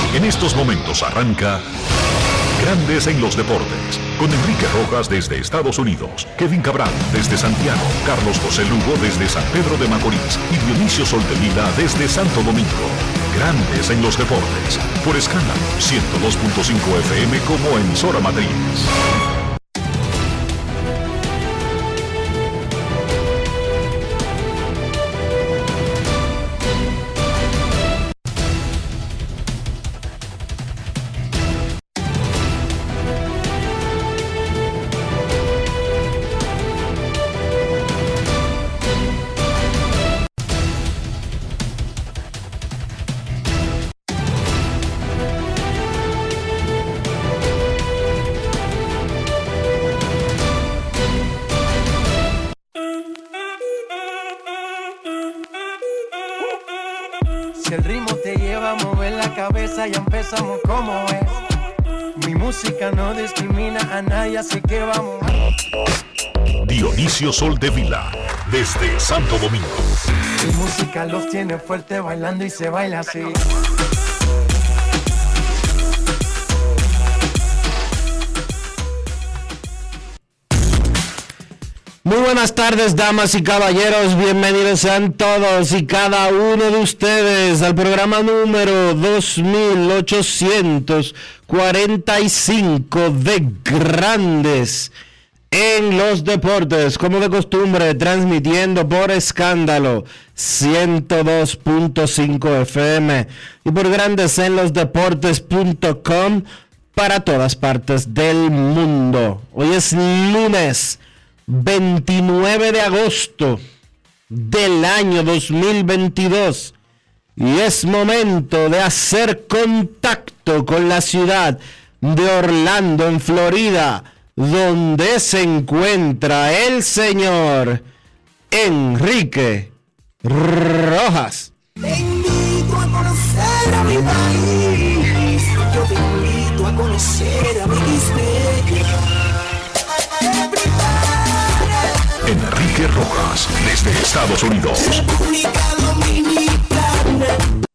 En estos momentos arranca Grandes en los Deportes, con Enrique Rojas desde Estados Unidos, Kevin Cabral desde Santiago, Carlos José Lugo desde San Pedro de Macorís y Dionisio Soltevila desde Santo Domingo. Grandes en los Deportes, por Escándalo 102.5 FM como emisora matriz. Si el ritmo te lleva a mover la cabeza, ya empezamos como es. Mi música no discrimina a nadie, así que vamos. Dionisio Soltevila, desde Santo Domingo. Mi música los tiene fuerte bailando y se baila así. Muy buenas tardes, damas y caballeros, bienvenidos sean todos y cada uno de ustedes al programa número 2845 de Grandes en los Deportes, como de costumbre, transmitiendo por Escándalo 102.5 FM y por grandesenlosdeportes.com para todas partes del mundo. Hoy es lunes 29 de agosto del año 2022 y es momento de hacer contacto con la ciudad de Orlando, en Florida, donde se encuentra el señor Enrique Rojas. Te invito a conocer a mi país, yo te invito a conocer a mi Quispeya. Enrique Rojas, desde Estados Unidos. República Dominicana.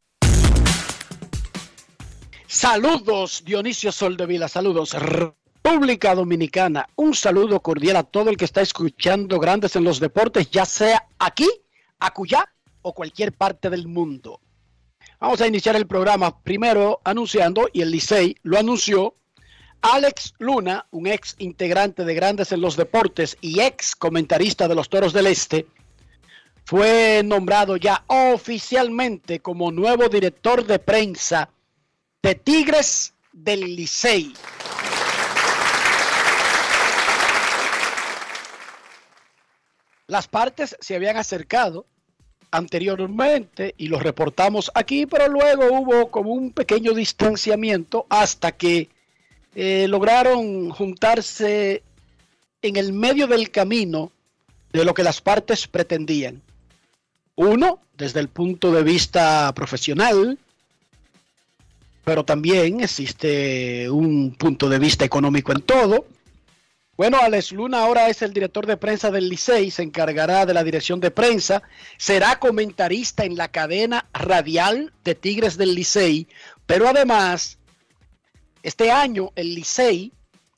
Saludos, Dionisio Soldevila, saludos, República Dominicana. Un saludo cordial a todo el que está escuchando Grandes en los Deportes, ya sea aquí, acullá o cualquier parte del mundo. Vamos a iniciar el programa primero anunciando, y el Licey lo anunció, Alex Luna, un ex integrante de Grandes en los Deportes y ex comentarista de los Toros del Este, fue nombrado ya oficialmente como nuevo director de prensa de Tigres del Licey. Las partes se habían acercado anteriormente y lo reportamos aquí, pero luego hubo como un pequeño distanciamiento hasta que lograron juntarse en el medio del camino de lo que las partes pretendían. Uno, desde el punto de vista profesional, pero también existe un punto de vista económico en todo. Bueno, Alex Luna ahora es el director de prensa del Licey, se encargará de la dirección de prensa, será comentarista en la cadena radial de Tigres del Licey, pero además, este año el Licey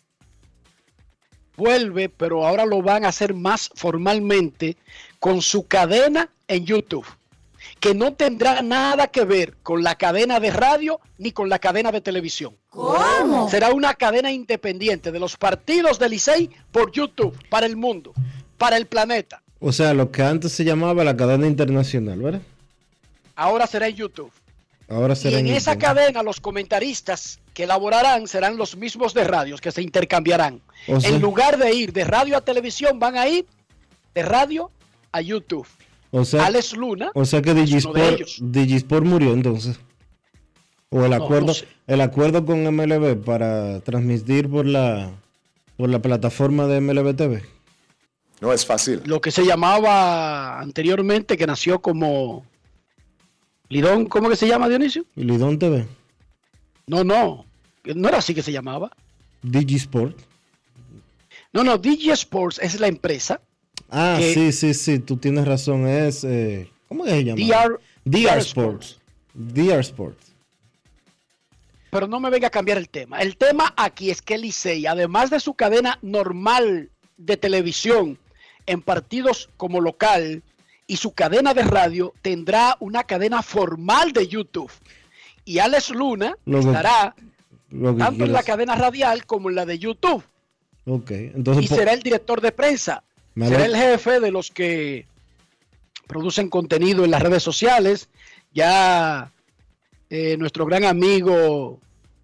vuelve, pero ahora lo van a hacer más formalmente con su cadena en YouTube, que no tendrá nada que ver con la cadena de radio ni con la cadena de televisión. ¿Cómo? Será una cadena independiente de los partidos del Licey por YouTube, para el mundo, para el planeta. O sea, lo que antes se llamaba la cadena internacional, ¿verdad? Ahora será en YouTube. Ahora Y será en esa YouTube. cadena los comentaristas que elaborarán serán los mismos de radios que se intercambiarán. O sea, En lugar de ir de radio a televisión, van a ir de radio a YouTube. o sea, Alex Luna o sea que es uno de ellos. Digisport murió entonces. O el No, acuerdo, no sé. el acuerdo con MLB para transmitir por la plataforma de MLB TV. No es fácil. Lo que se llamaba anteriormente, que nació como Lidón, ¿cómo que se llama, Dionisio? Y Lidón TV. No era así que se llamaba. Digisport. No, DJ Sports es la empresa. Ah, que- sí, tú tienes razón. Es, ¿cómo que se llama? DR DR Sports. DR Sports. pero no me venga a cambiar el tema. El tema aquí es que el Licey, además de su cadena normal de televisión en partidos como local y su cadena de radio, tendrá una cadena formal de YouTube. Y Alex Luna estará tanto en la cadena radial como en la de YouTube. Okay. Entonces, y será el director de prensa. Será el jefe de los que producen contenido en las redes sociales. Ya nuestro gran amigo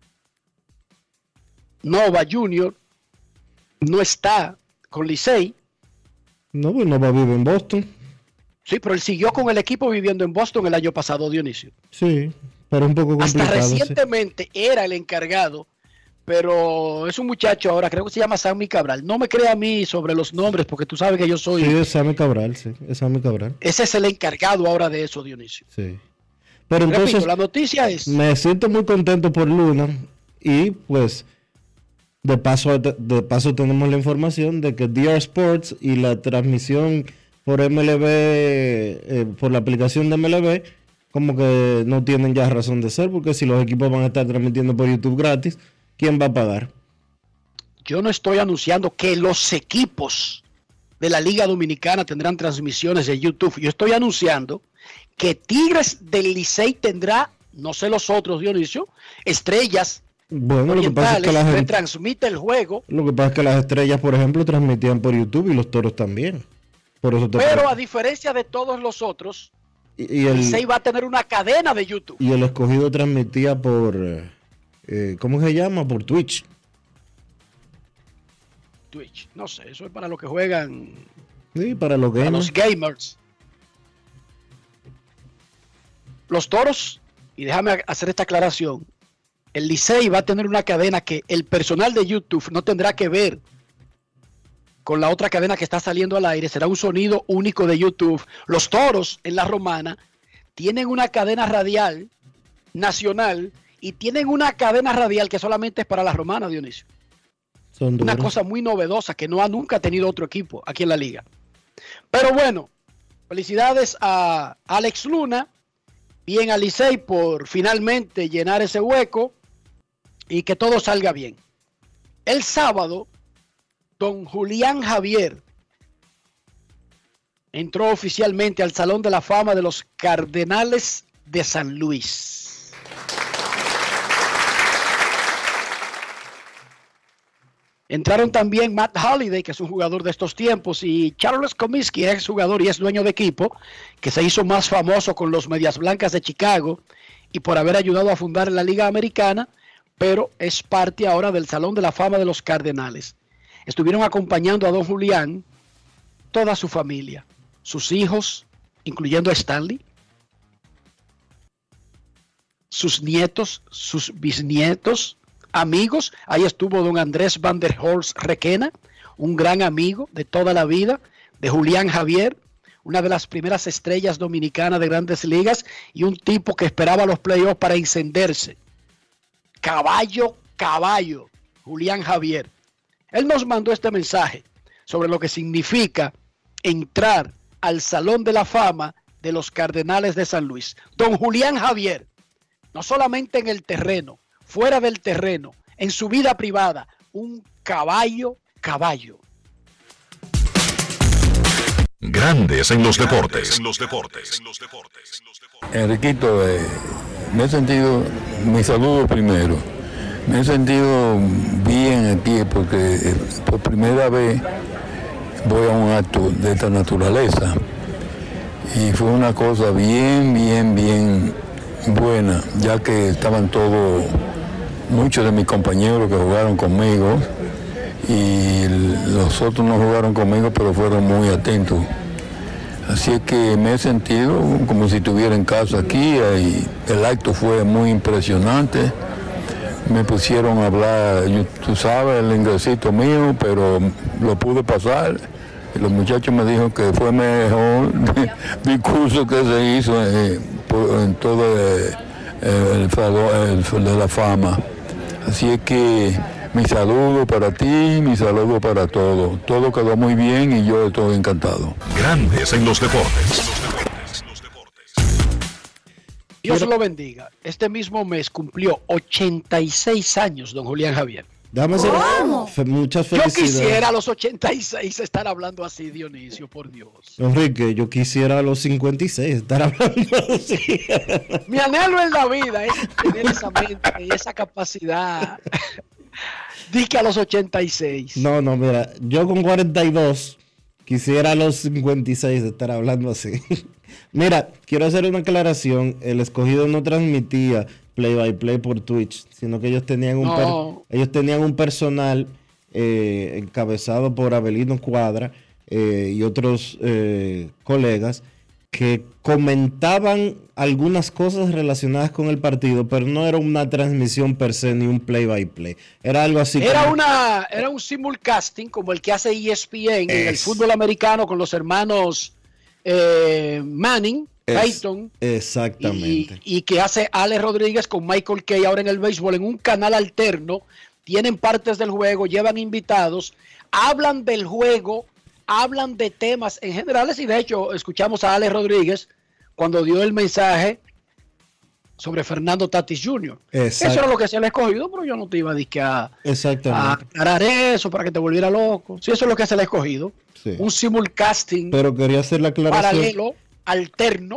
Nova Jr. no está con Licey. No, pues Nova vive en Boston. Sí, pero él siguió con el equipo viviendo en Boston el año pasado, Dionisio. Sí, pero un poco complicado. Hasta recientemente era el encargado, pero es un muchacho ahora, creo que se llama Sammy Cabral. No me crea a mí sobre los nombres, porque tú sabes que yo soy... Sí, es Sammy Cabral, sí, es Sammy Cabral. Ese es el encargado ahora de eso, Dionisio. Sí. Pero entonces, repito, la noticia es... Me siento muy contento por Luna y pues de paso tenemos la información de que DR Sports y la transmisión por MLB, por la aplicación de MLB, como que no tienen ya razón de ser, porque si los equipos van a estar transmitiendo por YouTube gratis, ¿quién va a pagar? Yo no estoy anunciando que los equipos de la Liga Dominicana tendrán transmisiones de YouTube. Yo estoy anunciando que Tigres del Licey tendrá, no sé los otros, Dionisio, Estrellas bueno, Orientales, lo que pasa es que retransmite el juego. Lo que pasa es que las Estrellas, por ejemplo, transmitían por YouTube y los Toros también. Por eso pero a diferencia de todos los otros, el Licey va a tener una cadena de YouTube. Y el Escogido transmitía por, ¿cómo se llama? Por Twitch. Twitch, no sé, eso es para los que juegan. Sí, para los gamers. Los Toros, y déjame hacer esta aclaración, el Licey va a tener una cadena que el personal de YouTube no tendrá que ver con la otra cadena que está saliendo al aire, será un sonido único de YouTube. Los Toros en la Romana tienen una cadena radial nacional y tienen una cadena radial que solamente es para la Romana, Dionisio. Una cosa muy novedosa que no ha nunca tenido otro equipo aquí en la liga. Pero bueno, felicidades a Alex Luna, bien a Licey por finalmente llenar ese hueco y que todo salga bien. El sábado, don Julián Javier entró oficialmente al Salón de la Fama de los Cardenales de San Luis. Entraron también Matt Holliday, que es un jugador de estos tiempos, y Charles Comiskey, ex jugador y ex dueño de equipo, que se hizo más famoso con los Medias Blancas de Chicago y por haber ayudado a fundar la Liga Americana, pero es parte ahora del Salón de la Fama de los Cardenales. Estuvieron acompañando a don Julián toda su familia, sus hijos, incluyendo a Stanley, sus nietos, sus bisnietos, amigos. Ahí estuvo don Andrés Van der Horst Requena, un gran amigo de toda la vida de Julián Javier, una de las primeras estrellas dominicanas de Grandes Ligas y un tipo que esperaba los playoffs para encenderse. Caballo, Julián Javier. Él nos mandó este mensaje sobre lo que significa entrar al Salón de la Fama de los Cardenales de San Luis. Don Julián Javier, no solamente en el terreno, fuera del terreno, en su vida privada, un caballo. Grandes en los deportes. Enriquito, me he sentido, mi saludo primero, me he sentido bien aquí porque por primera vez voy a un acto de esta naturaleza y fue una cosa bien buena, ya que estaban todos, muchos de mis compañeros que jugaron conmigo y los otros no jugaron conmigo, pero fueron muy atentos. Así es que me he sentido como si estuviera en casa aquí y el acto fue muy impresionante. Me pusieron a hablar, tú sabes, el ingresito mío, pero lo pude pasar. Y los muchachos me dijeron que fue mejor discurso que se hizo en todo el de la fama. Así es que mi saludo para ti, mi saludo para todos. Todo quedó muy bien y yo estoy encantado. Grandes en los deportes. Dios lo bendiga. Este mismo mes cumplió 86 años, don Julián Javier. Déjame hacer muchas felicidades. Yo quisiera a los 86 estar hablando así, Dionisio, por Dios. Enrique, yo quisiera a los 56 estar hablando así. Mi anhelo en la vida es tener esa mente y esa capacidad. Di que a los 86. No, mira, yo con 42 quisiera a los 56 estar hablando así. Mira, quiero hacer una aclaración. El Escogido no transmitía play by play por Twitch, sino que ellos tenían un personal encabezado por Abelino Cuadra y otros colegas que comentaban algunas cosas relacionadas con el partido, pero no era una transmisión per se ni un play by play. Era algo así. Era un simulcasting como el que hace ESPN en el fútbol americano con los hermanos Manning. Peyton, exactamente. Y que hace Alex Rodríguez con Michael Kay ahora en el béisbol en un canal alterno. Tienen partes del juego, llevan invitados, hablan del juego, hablan de temas en generales y de hecho escuchamos a Alex Rodríguez cuando dio el mensaje sobre Fernando Tatis Jr. Eso era lo que se le ha escogido, pero yo no te iba a aclarar eso para que te volviera loco. Sí, eso es lo que se le ha escogido. Sí. Un simulcasting, pero quería hacer la aclaración paralelo, alterno.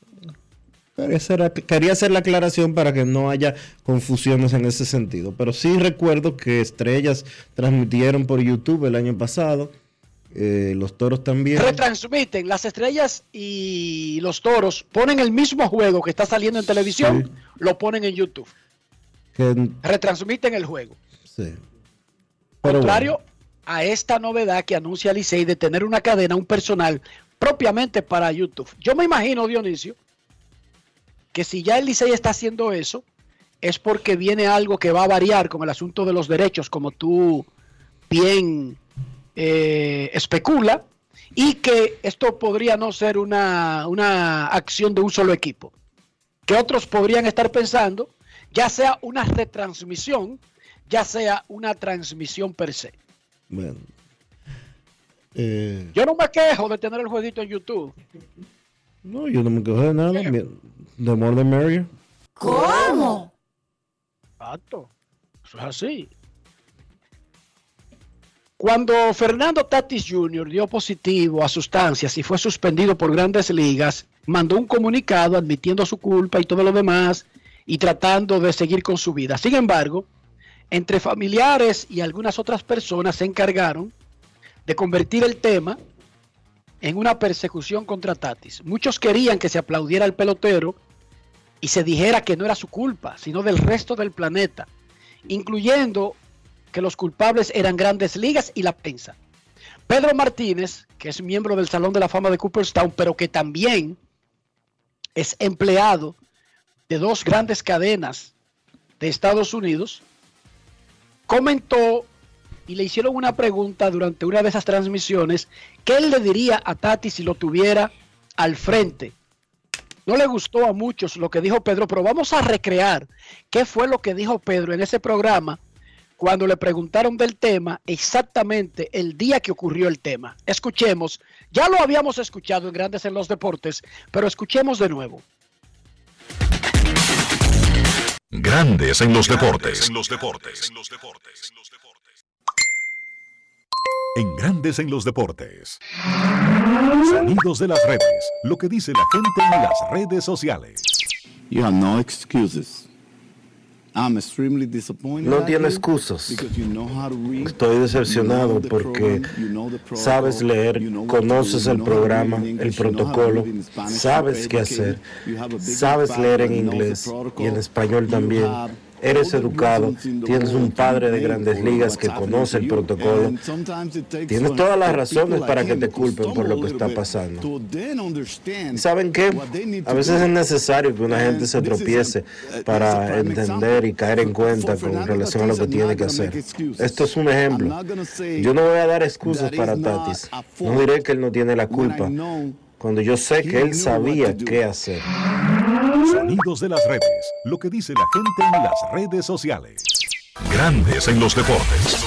Quería hacer la aclaración para que no haya confusiones en ese sentido. Pero sí recuerdo que Estrellas transmitieron por YouTube el año pasado. Los Toros también. Retransmiten. Las Estrellas y los Toros ponen el mismo juego que está saliendo en televisión, sí. Lo ponen en YouTube. Retransmiten el juego. Sí. Contrario a esta novedad que anuncia Licey de tener una cadena, un personal propiamente para YouTube. Yo me imagino, Dionisio, que si ya el Licey está haciendo eso, es porque viene algo que va a variar con el asunto de los derechos, como tú bien especula, y que esto podría no ser una acción de un solo equipo. Que otros podrían estar pensando, ya sea una retransmisión, ya sea una transmisión per se. Bueno. Yo no me quejo de tener el jueguito en YouTube. No, yo no me quejo de nada. The more the merrier. ¿Cómo? Exacto. Eso es así. Cuando Fernando Tatis Jr. dio positivo a sustancias y fue suspendido por Grandes Ligas, mandó un comunicado admitiendo su culpa y todo lo demás y tratando de seguir con su vida. Sin embargo, entre familiares y algunas otras personas se encargaron de convertir el tema en una persecución contra Tatis. Muchos querían que se aplaudiera al pelotero y se dijera que no era su culpa, sino del resto del planeta, incluyendo que los culpables eran Grandes Ligas y la prensa. Pedro Martínez, que es miembro del Salón de la Fama de Cooperstown, pero que también es empleado de dos grandes cadenas de Estados Unidos, comentó y le hicieron una pregunta durante una de esas transmisiones, ¿qué él le diría a Tatis si lo tuviera al frente? No le gustó a muchos lo que dijo Pedro, pero vamos a recrear qué fue lo que dijo Pedro en ese programa cuando le preguntaron del tema, exactamente el día que ocurrió el tema. Escuchemos, ya lo habíamos escuchado en Grandes en los Deportes, pero escuchemos de nuevo. Grandes en los Deportes. En Grandes en los Deportes. Sonidos de las redes. Lo que dice la gente en las redes sociales. You have no excuses. I'm extremely disappointed. No tiene excusas. Estoy decepcionado porque sabes leer, conoces el programa, el protocolo, sabes qué hacer, sabes leer en inglés y en español también. Eres educado, tienes un padre de Grandes Ligas que conoce el protocolo. Tienes todas las razones para que te culpen por lo que está pasando. ¿Y saben qué? A veces es necesario que una gente se tropiece para entender y caer en cuenta con relación a lo que tiene que hacer. Esto es un ejemplo. Yo no voy a dar excusas para Tatis. No diré que él no tiene la culpa, cuando yo sé que él sabía qué hacer. Sonidos de las redes. Lo que dice la gente en las redes sociales. Grandes en los Deportes.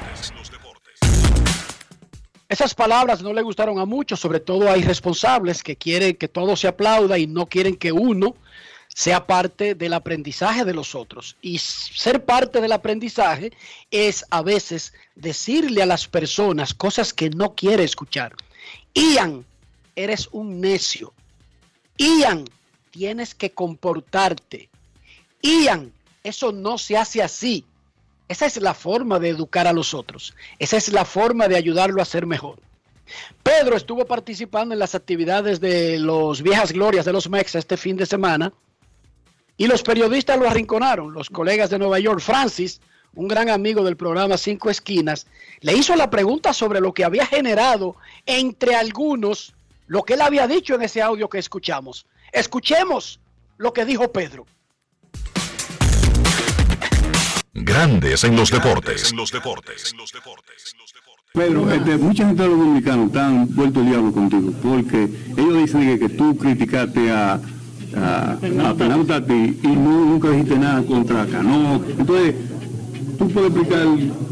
Esas palabras no le gustaron a muchos, sobre todo a irresponsables que quieren que todo se aplauda y no quieren que uno sea parte del aprendizaje de los otros. Y ser parte del aprendizaje es a veces decirle a las personas cosas que no quiere escuchar. Ian, eres un necio. Ian, tienes que comportarte. Ian, eso no se hace así. Esa es la forma de educar a los otros. Esa es la forma de ayudarlo a ser mejor. Pedro estuvo participando en las actividades de los Viejas Glorias de los Mex este fin de semana y los periodistas lo arrinconaron. Los colegas de Nueva York, Francis, un gran amigo del programa Cinco Esquinas, le hizo la pregunta sobre lo que había generado entre algunos lo que él había dicho en ese audio que escuchamos. Escuchemos lo que dijo Pedro. Grandes en los deportes. Pedro, mucha gente de los dominicanos están vuelto el diablo contigo, porque ellos dicen que tú criticaste a Fernando Tatis y nunca dijiste nada contra Cano. Entonces, tú puedes explicar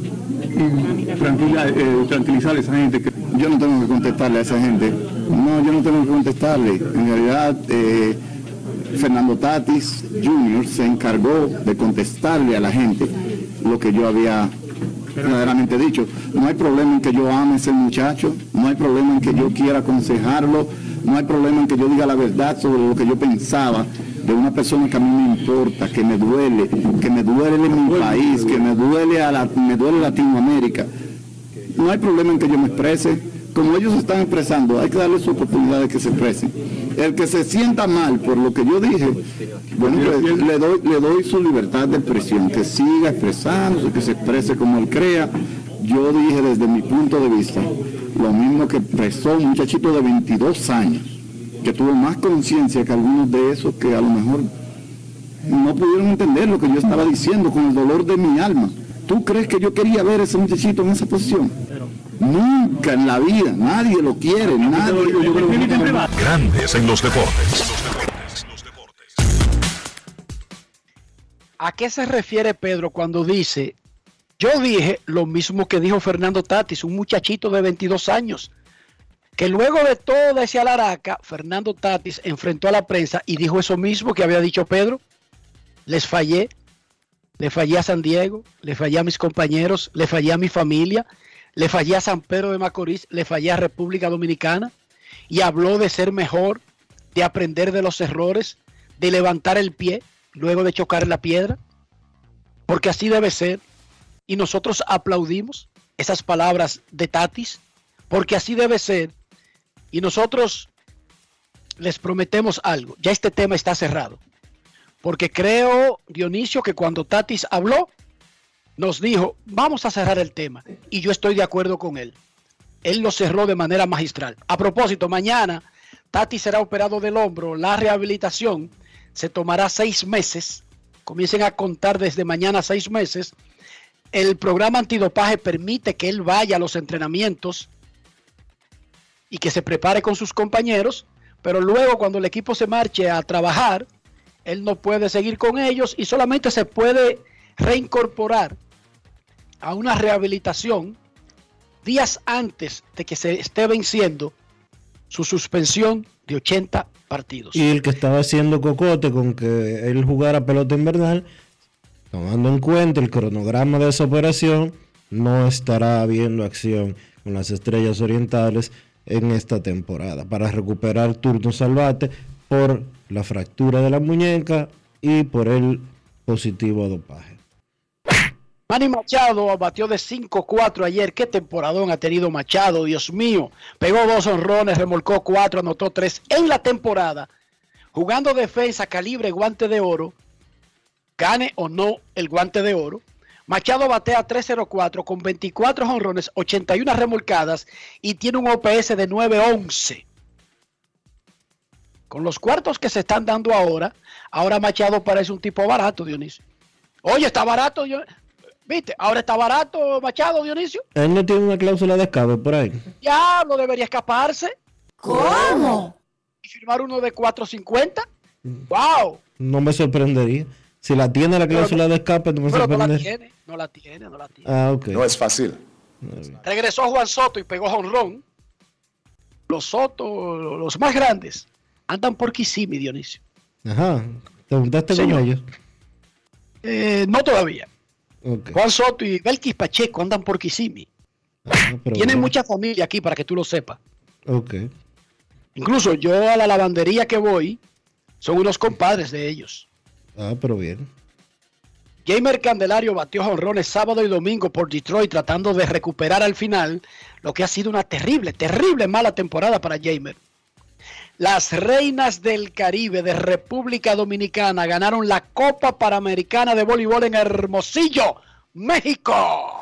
y tranquilizar a esa gente. Yo no tengo que contestarle a esa gente. No, yo no tengo que contestarle. En realidad, Fernando Tatis Jr. se encargó de contestarle a la gente lo que yo había verdaderamente dicho. No hay problema en que yo ame a ese muchacho, no hay problema en que yo quiera aconsejarlo, no hay problema en que yo diga la verdad sobre lo que yo pensaba de una persona que a mí me importa, que me duele en mi país, que me duele Latinoamérica. No hay problema en que yo me exprese. Como ellos se están expresando, hay que darle su oportunidad de que se expresen. El que se sienta mal por lo que yo dije, bueno, pues, le doy su libertad de expresión, que siga expresándose, que se exprese como él crea. Yo dije desde mi punto de vista, lo mismo que expresó un muchachito de 22 años, que tuvo más conciencia que algunos de esos que a lo mejor no pudieron entender lo que yo estaba diciendo con el dolor de mi alma. ¿Tú crees que yo quería ver a ese muchachito en esa posición? Nunca en la vida, nadie lo quiere, nadie. Grandes en los deportes. ¿A qué se refiere Pedro cuando dice, yo dije lo mismo que dijo Fernando Tatis, un muchachito de 22 años, que luego de toda esa alaraca, Fernando Tatis enfrentó a la prensa y dijo eso mismo que había dicho Pedro? Les fallé, le fallé a San Diego, le fallé a mis compañeros, le fallé a mi familia, le fallé a San Pedro de Macorís, le fallé a República Dominicana, y habló de ser mejor, de aprender de los errores, de levantar el pie luego de chocar en la piedra, porque así debe ser, y nosotros aplaudimos esas palabras de Tatis, porque así debe ser, y nosotros les prometemos algo, ya este tema está cerrado, porque creo, Dionisio, que cuando Tatis habló, nos dijo, vamos a cerrar el tema, y yo estoy de acuerdo con él. Él lo cerró de manera magistral. A propósito, mañana Tatis será operado del hombro. La rehabilitación se tomará 6 meses. Comiencen a contar desde mañana 6 meses. El programa antidopaje permite que él vaya a los entrenamientos y que se prepare con sus compañeros, pero luego cuando el equipo se marche a trabajar, él no puede seguir con ellos y solamente se puede reincorporar a una rehabilitación días antes de que se esté venciendo su suspensión de 80 partidos. Y el que estaba haciendo cocote con que él jugara pelota invernal, tomando en cuenta el cronograma de esa operación, no estará viendo acción con las Estrellas Orientales en esta temporada para recuperar turnos al bate por la fractura de la muñeca y por el positivo a dopaje. Manny Machado batió de 5-4 ayer. Qué temporadón ha tenido Machado, Dios mío. Pegó 2 honrones, remolcó 4, anotó 3 en la temporada. Jugando defensa calibre guante de oro, gane o no el guante de oro. Machado batea 3.04 con 24 honrones, 81 remolcadas y tiene un OPS de 9.11. Con los cuartos que se están dando ahora Machado parece un tipo barato, Dionisio. Oye, está barato, ¿viste? Ahora está barato Machado, Dionisio. Él no tiene una cláusula de escape por ahí. Diablo, debería escaparse. ¿Cómo? Y firmar uno de 4.50. ¡Wow! No me sorprendería. Si la tiene la cláusula de escape, no me sorprendería. No la tiene. Ah, ok. No es fácil. Regresó Juan Soto y pegó jonrón. Los Soto, los más grandes, andan por Kissimmee, Dionisio. Ajá. ¿Te juntaste con Señor. ellos? No todavía. Ok. Juan Soto y Belkis Pacheco andan por Kissimmee. Pero Tienen bueno. mucha familia aquí, para que tú lo sepas. Ok. Incluso yo a la lavandería que voy, son unos compadres de ellos. Pero bien. Jamer Candelario batió jonrones sábado y domingo por Detroit, tratando de recuperar al final lo que ha sido una terrible, terrible mala temporada para Jamer. Las Reinas del Caribe de República Dominicana ganaron la Copa Panamericana de Voleibol en Hermosillo, México.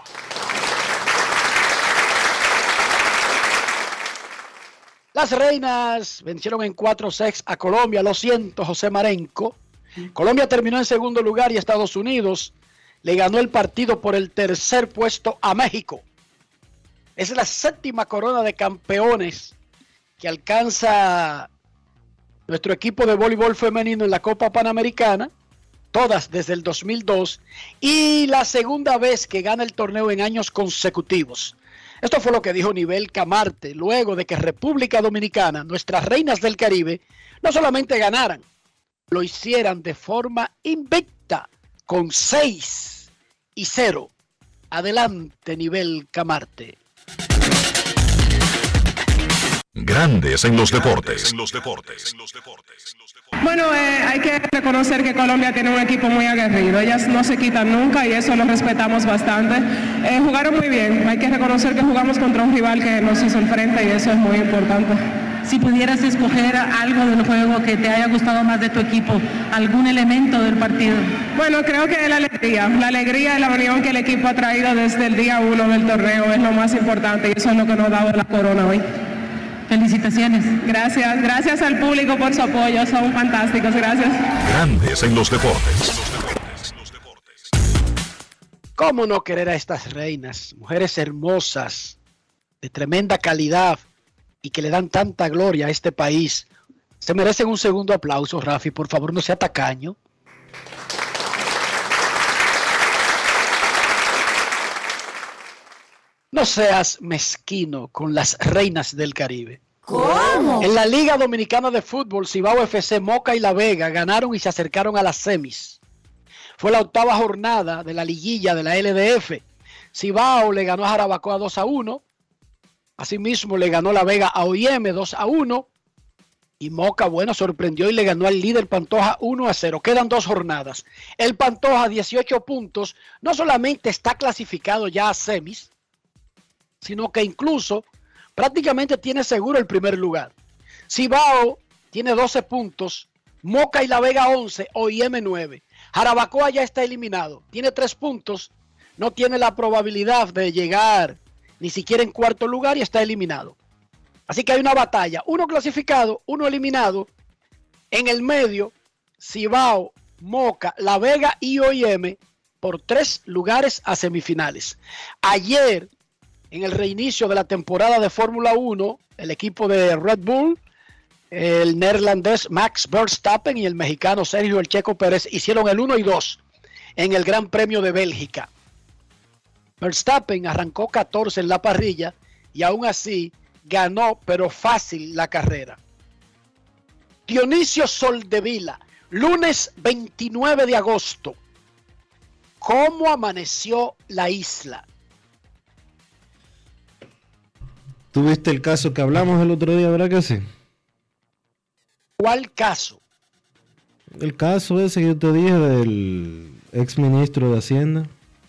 Las Reinas vencieron en 4-6 a Colombia. Lo siento, José Marenco. Colombia terminó en segundo lugar y Estados Unidos le ganó el partido por el tercer puesto a México. Es la séptima corona de campeones que alcanza nuestro equipo de voleibol femenino en la Copa Panamericana, todas desde el 2002, y la segunda vez que gana el torneo en años consecutivos. Esto fue lo que dijo Nivel Camarte luego de que República Dominicana, nuestras Reinas del Caribe, no solamente ganaran, lo hicieran de forma invicta con 6-0. Adelante, Nivel Camarte. Grandes en los deportes. Bueno, hay que reconocer que Colombia tiene un equipo muy aguerrido. Ellas no se quitan nunca y eso lo respetamos bastante. Jugaron muy bien. Hay que reconocer que jugamos contra un rival que nos hizo el frente y eso es muy importante. Si pudieras escoger algo del juego que te haya gustado más de tu equipo, algún elemento del partido. Bueno, creo que la alegría y la unión que el equipo ha traído desde el día 1 del torneo es lo más importante y eso es lo que nos ha dado la corona hoy. Felicitaciones. Gracias al público por su apoyo, son fantásticos, gracias. Grandes en los deportes. ¿Cómo no querer a estas reinas? Mujeres hermosas, de tremenda calidad y que le dan tanta gloria a este país. Se merecen un segundo aplauso, Rafi, por favor, no sea tacaño. No seas mezquino con las Reinas del Caribe. ¿Cómo? En la Liga Dominicana de Fútbol, Cibao FC, Moca y La Vega ganaron y se acercaron a las semis. Fue la octava jornada de la liguilla de la LDF. Cibao le ganó a Jarabacoa 2-1. Asimismo le ganó La Vega a OIM 2-1. Y Moca, bueno, sorprendió y le ganó al líder Pantoja 1-0. Quedan 2 jornadas. El Pantoja, 18 puntos, no solamente está clasificado ya a semis, sino que incluso prácticamente tiene seguro el primer lugar. Cibao tiene 12 puntos, Moca y La Vega 11, OIM 9. Jarabacoa ya está eliminado, tiene 3 puntos, no tiene la probabilidad de llegar ni siquiera en cuarto lugar y está eliminado. Así que hay una batalla, uno clasificado, uno eliminado. En el medio, Cibao, Moca, La Vega y OIM por 3 lugares a semifinales. Ayer, en el reinicio de la temporada de Fórmula 1, el equipo de Red Bull, el neerlandés Max Verstappen y el mexicano Sergio El Checo Pérez hicieron el 1 y 2 en el Gran Premio de Bélgica. Verstappen arrancó 14 en la parrilla y aún así ganó, pero fácil, la carrera. Dionisio Soldevila, lunes 29 de agosto. ¿Cómo amaneció la isla? ¿Tuviste el caso que hablamos el otro día, verdad que sí? ¿Cuál caso? El caso ese que yo te dije del ex ministro de Hacienda.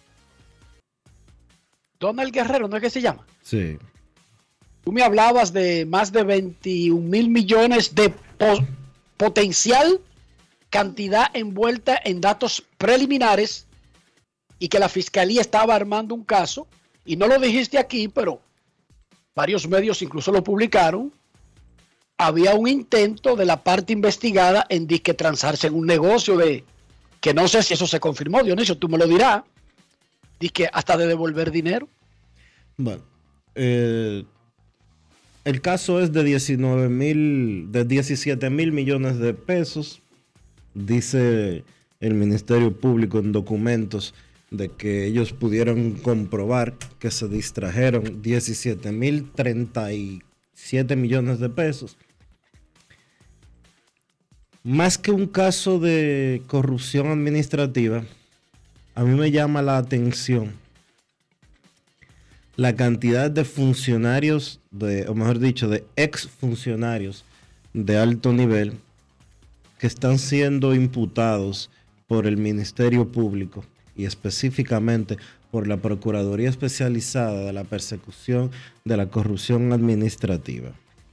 Donald Guerrero, ¿no es que se llama? Sí. Tú me hablabas de más de 21,000 millones de potencial cantidad envuelta en datos preliminares y que la fiscalía estaba armando un caso, y no lo dijiste aquí, pero varios medios incluso lo publicaron. Había un intento de la parte investigada en disque transarse en un negocio de, que no sé si eso se confirmó, Dionisio, tú me lo dirás, disque hasta de devolver dinero. Bueno, el caso es de 17,000 millones de pesos. Dice el Ministerio Público en documentos de que ellos pudieron comprobar que se distrajeron 17,037 millones de pesos. más que un caso de corrupción administrativa, a mí me llama la atención la cantidad de funcionarios, o mejor dicho, de exfuncionarios de alto nivel que están siendo imputados por el Ministerio Público y específicamente por la Procuraduría Especializada de la Persecución de la Corrupción Administrativa.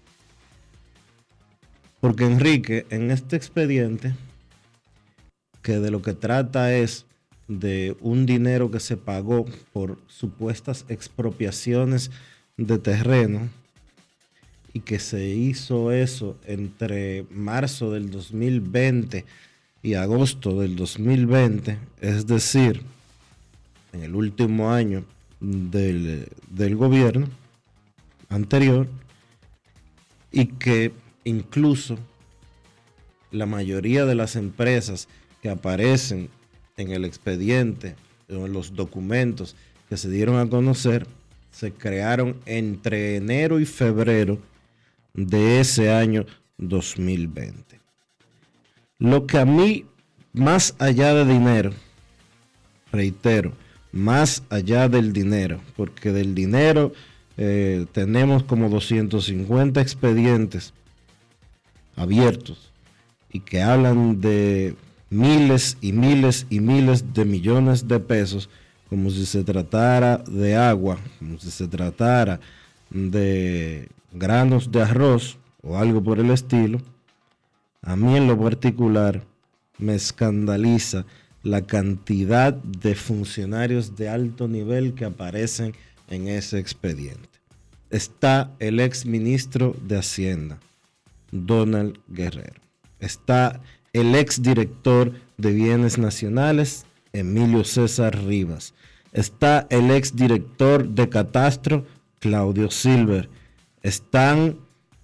Porque Enrique, en este expediente, que de lo que trata es de un dinero que se pagó por supuestas expropiaciones de terreno, y que se hizo eso entre marzo del 2020 y agosto del 2020, es decir, en el último año del gobierno anterior, y que incluso la mayoría de las empresas que aparecen en el expediente o en los documentos que se dieron a conocer se crearon entre enero y febrero de ese año 2020. Lo que a mí, más allá de dinero, reitero, más allá del dinero, porque del dinero tenemos como 250 expedientes abiertos y que hablan de miles y miles y miles de millones de pesos, como si se tratara de agua, como si se tratara de granos de arroz o algo por el estilo. A mí en lo particular me escandaliza la cantidad de funcionarios de alto nivel que aparecen en ese expediente. Está el ex ministro de Hacienda, Donald Guerrero. Está el ex director de Bienes Nacionales, Emilio César Rivas. Está el ex director de Catastro, Claudio Silver. Están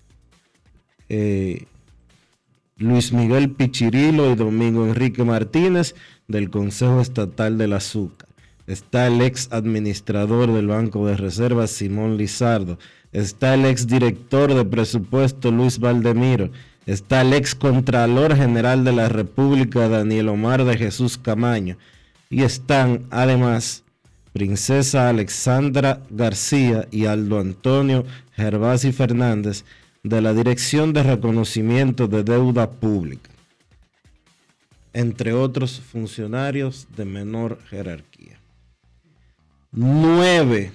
Luis Miguel Pichirilo y Domingo Enrique Martínez del Consejo Estatal del Azúcar. Está el ex administrador del Banco de Reservas, Simón Lizardo. Está el ex director de presupuesto, Luis Valdemiro. Está el ex Contralor General de la República, Daniel Omar de Jesús Camaño. Y están además Princesa Alexandra García y Aldo Antonio Gervasi Fernández de la Dirección de Reconocimiento de Deuda Pública, entre otros funcionarios de menor jerarquía. 9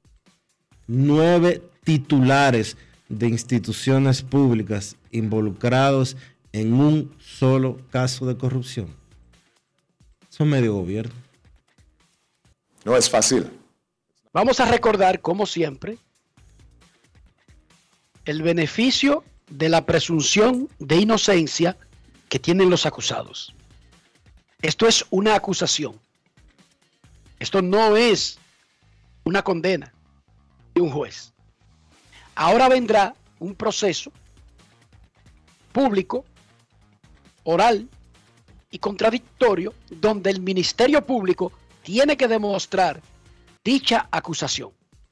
titulares de instituciones públicas involucrados en un solo caso de corrupción. Eso es medio gobierno. No es fácil. Vamos a recordar, como siempre, el beneficio de la presunción de inocencia que tienen los acusados. Esto es una acusación. Esto no es una condena de un juez. Ahora vendrá un proceso público, oral y contradictorio, donde el Ministerio Público tiene que demostrar dicha acusación.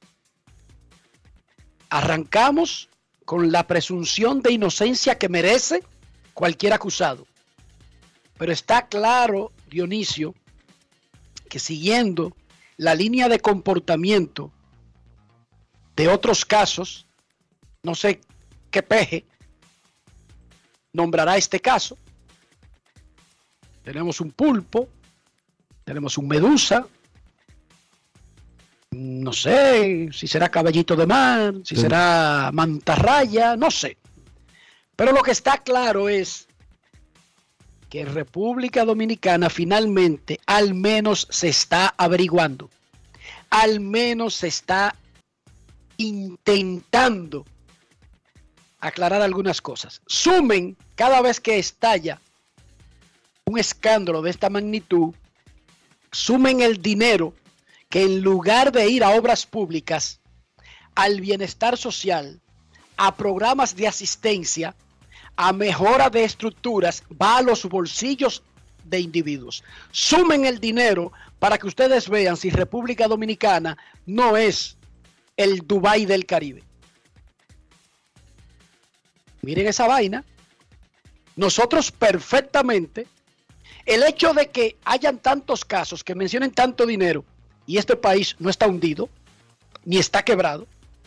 Arrancamos con la presunción de inocencia que merece cualquier acusado. Pero está claro, Dionisio, que siguiendo la línea de comportamiento de otros casos, no sé qué peje nombrará este caso. Tenemos un pulpo, tenemos un medusa, no sé si será caballito de mar, si será mantarraya, no sé. Pero lo que está claro es que en República Dominicana finalmente al menos se está averiguando, al menos se está intentando aclarar algunas cosas. Sumen cada vez que estalla un escándalo de esta magnitud, sumen el dinero que en lugar de ir a obras públicas, al bienestar social, a programas de asistencia, a mejora de estructuras, va a los bolsillos de individuos. Sumen el dinero para que ustedes vean si República Dominicana no es el Dubái del Caribe. Miren esa vaina. nosotros perfectamente, el hecho de que hayan tantos casos, que mencionen tanto dinero, y este país no está hundido, ni está quebrado,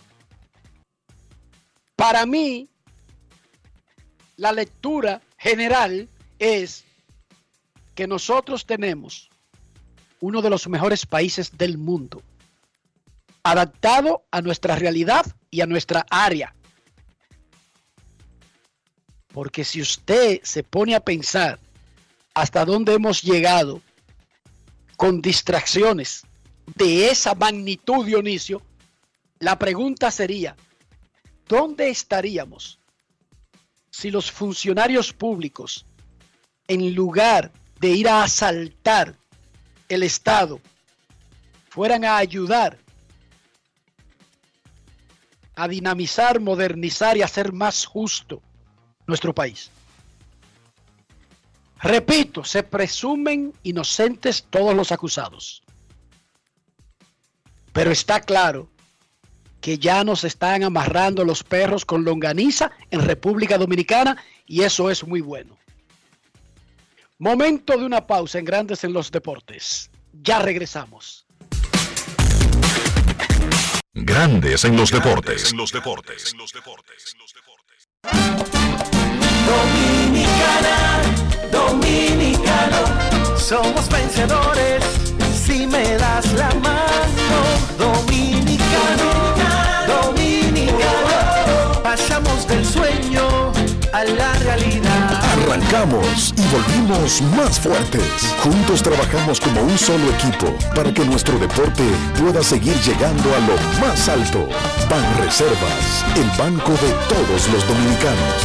para mí, la lectura general es que nosotros tenemos uno de los mejores países del mundo, adaptado a nuestra realidad y a nuestra área. Porque si usted se pone a pensar hasta dónde hemos llegado con distracciones de esa magnitud, Dionisio, la pregunta sería, ¿dónde estaríamos si los funcionarios públicos, en lugar de ir a asaltar el Estado, fueran a ayudar a dinamizar, modernizar y hacer más justo nuestro país? Repito, se presumen inocentes todos los acusados. Pero está claro que ya nos están amarrando los perros con longaniza en República Dominicana y eso es muy bueno. Momento de una pausa en Grandes en los Deportes. Ya regresamos. Grandes en los Deportes. Dominicana, dominicano, somos vencedores si me das la mano. Dominicano, dominicano, pasamos del sueño a la realidad. Arrancamos y volvimos más fuertes. Juntos trabajamos como un solo equipo para que nuestro deporte pueda seguir llegando a lo más alto. Banreservas, el banco de todos los dominicanos.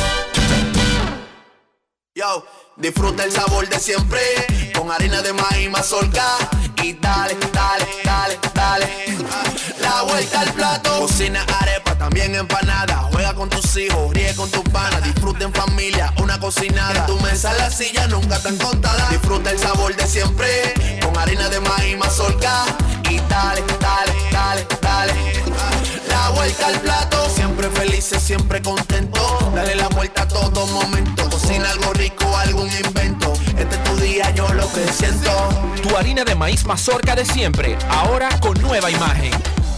Yo, disfruta el sabor de siempre con harina de maíz mazorca y dale, dale, dale, dale. La vuelta al plato, cocina arepa, también empanada. Juega con tus hijos, ríe con tus panas, disfruta en familia, una cocinada. En tu mesa la silla nunca tan contada. Disfruta el sabor de siempre con harina de maíz mazorca y dale, dale, dale, dale. La vuelta al plato, siempre felices, siempre contentos. Dale la vuelta a todo momento. Cocina algo rico, algún invento. Este es tu día, yo lo que siento. Tu harina de maíz mazorca de siempre, ahora con nueva imagen.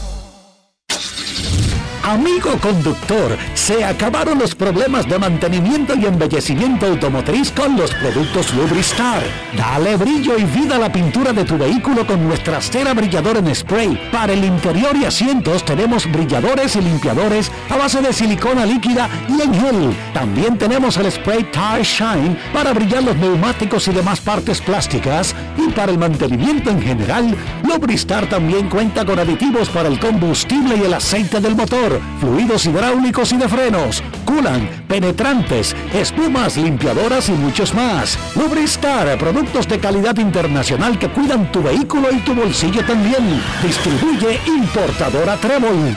Amigo conductor, se acabaron los problemas de mantenimiento y embellecimiento automotriz con los productos Lubristar. Dale brillo y vida a la pintura de tu vehículo con nuestra cera brilladora en spray. Para el interior y asientos tenemos brilladores y limpiadores a base de silicona líquida y en gel. También tenemos el spray Tire Shine para brillar los neumáticos y demás partes plásticas. Y para el mantenimiento en general, Lubristar también cuenta con aditivos para el combustible y el aceite del motor, fluidos hidráulicos y de frenos, culan, penetrantes, espumas, limpiadoras y muchos más. Lubristar, productos de calidad internacional que cuidan tu vehículo y tu bolsillo también. Distribuye importadora Trébol.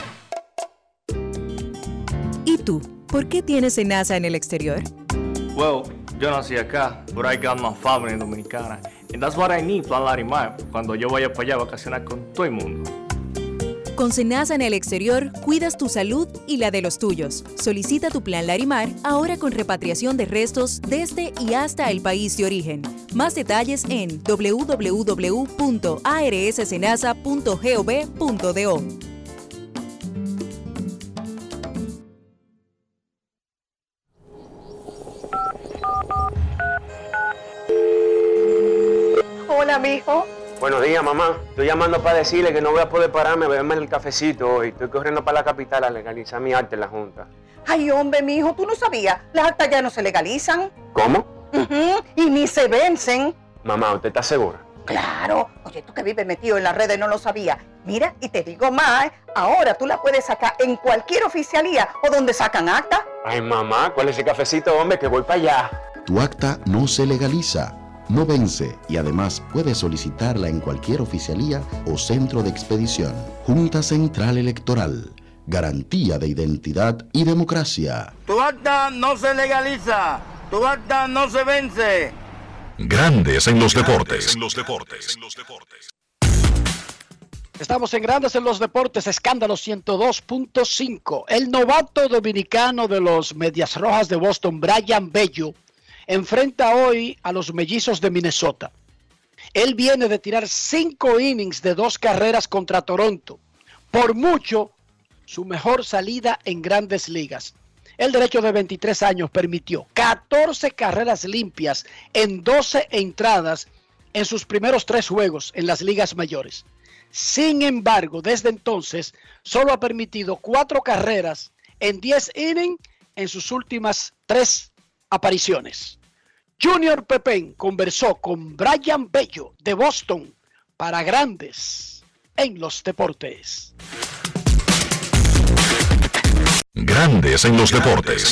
¿Y tú? ¿Por qué tienes SENASA en el exterior? Well, yo nací acá, but I got my family dominicana. And that's what I need, Plan Larimar, cuando yo vaya para allá a vacacionar con todo el mundo. Con SENASA en el exterior, cuidas tu salud y la de los tuyos. Solicita tu plan Larimar ahora con repatriación de restos desde y hasta el país de origen. Más detalles en www.arssenasa.gov.do. Hola, mijo. Buenos días, mamá. Estoy llamando para decirle que no voy a poder pararme a beberme el cafecito hoy. Estoy corriendo para la capital a legalizar mi arte en la Junta. Ay, hombre, mijo, tú no sabías. Las actas ya no se legalizan. ¿Cómo? Y ni se vencen. Mamá, ¿usted está segura? Claro. Oye, tú que vives metido en las redes no lo sabías. Mira, y te digo más, ahora tú la puedes sacar en cualquier oficialía o donde sacan acta. Ay, mamá, ¿cuál es ese cafecito, hombre? Que voy para allá. Tu acta no se legaliza, no vence y además puedes solicitarla en cualquier oficialía o centro de expedición. Junta Central Electoral. Garantía de identidad y democracia. Tu acta no se legaliza. Tu acta no se vence. Grandes en los deportes. Estamos en Grandes en los Deportes, escándalo 102.5. El novato dominicano de los Medias Rojas de Boston, Brian Bello, enfrenta hoy a los Mellizos de Minnesota. Él viene de tirar 5 innings de 2 carreras contra Toronto. Por mucho, su mejor salida en Grandes Ligas. El derecho de 23 años permitió 14 carreras limpias en 12 entradas en sus primeros 3 juegos en las ligas mayores. Sin embargo, desde entonces, solo ha permitido 4 carreras en 10 innings en sus últimas 3 apariciones. Junior Pepén conversó con Brian Bello de Boston para Grandes en los Deportes. Grandes en los deportes.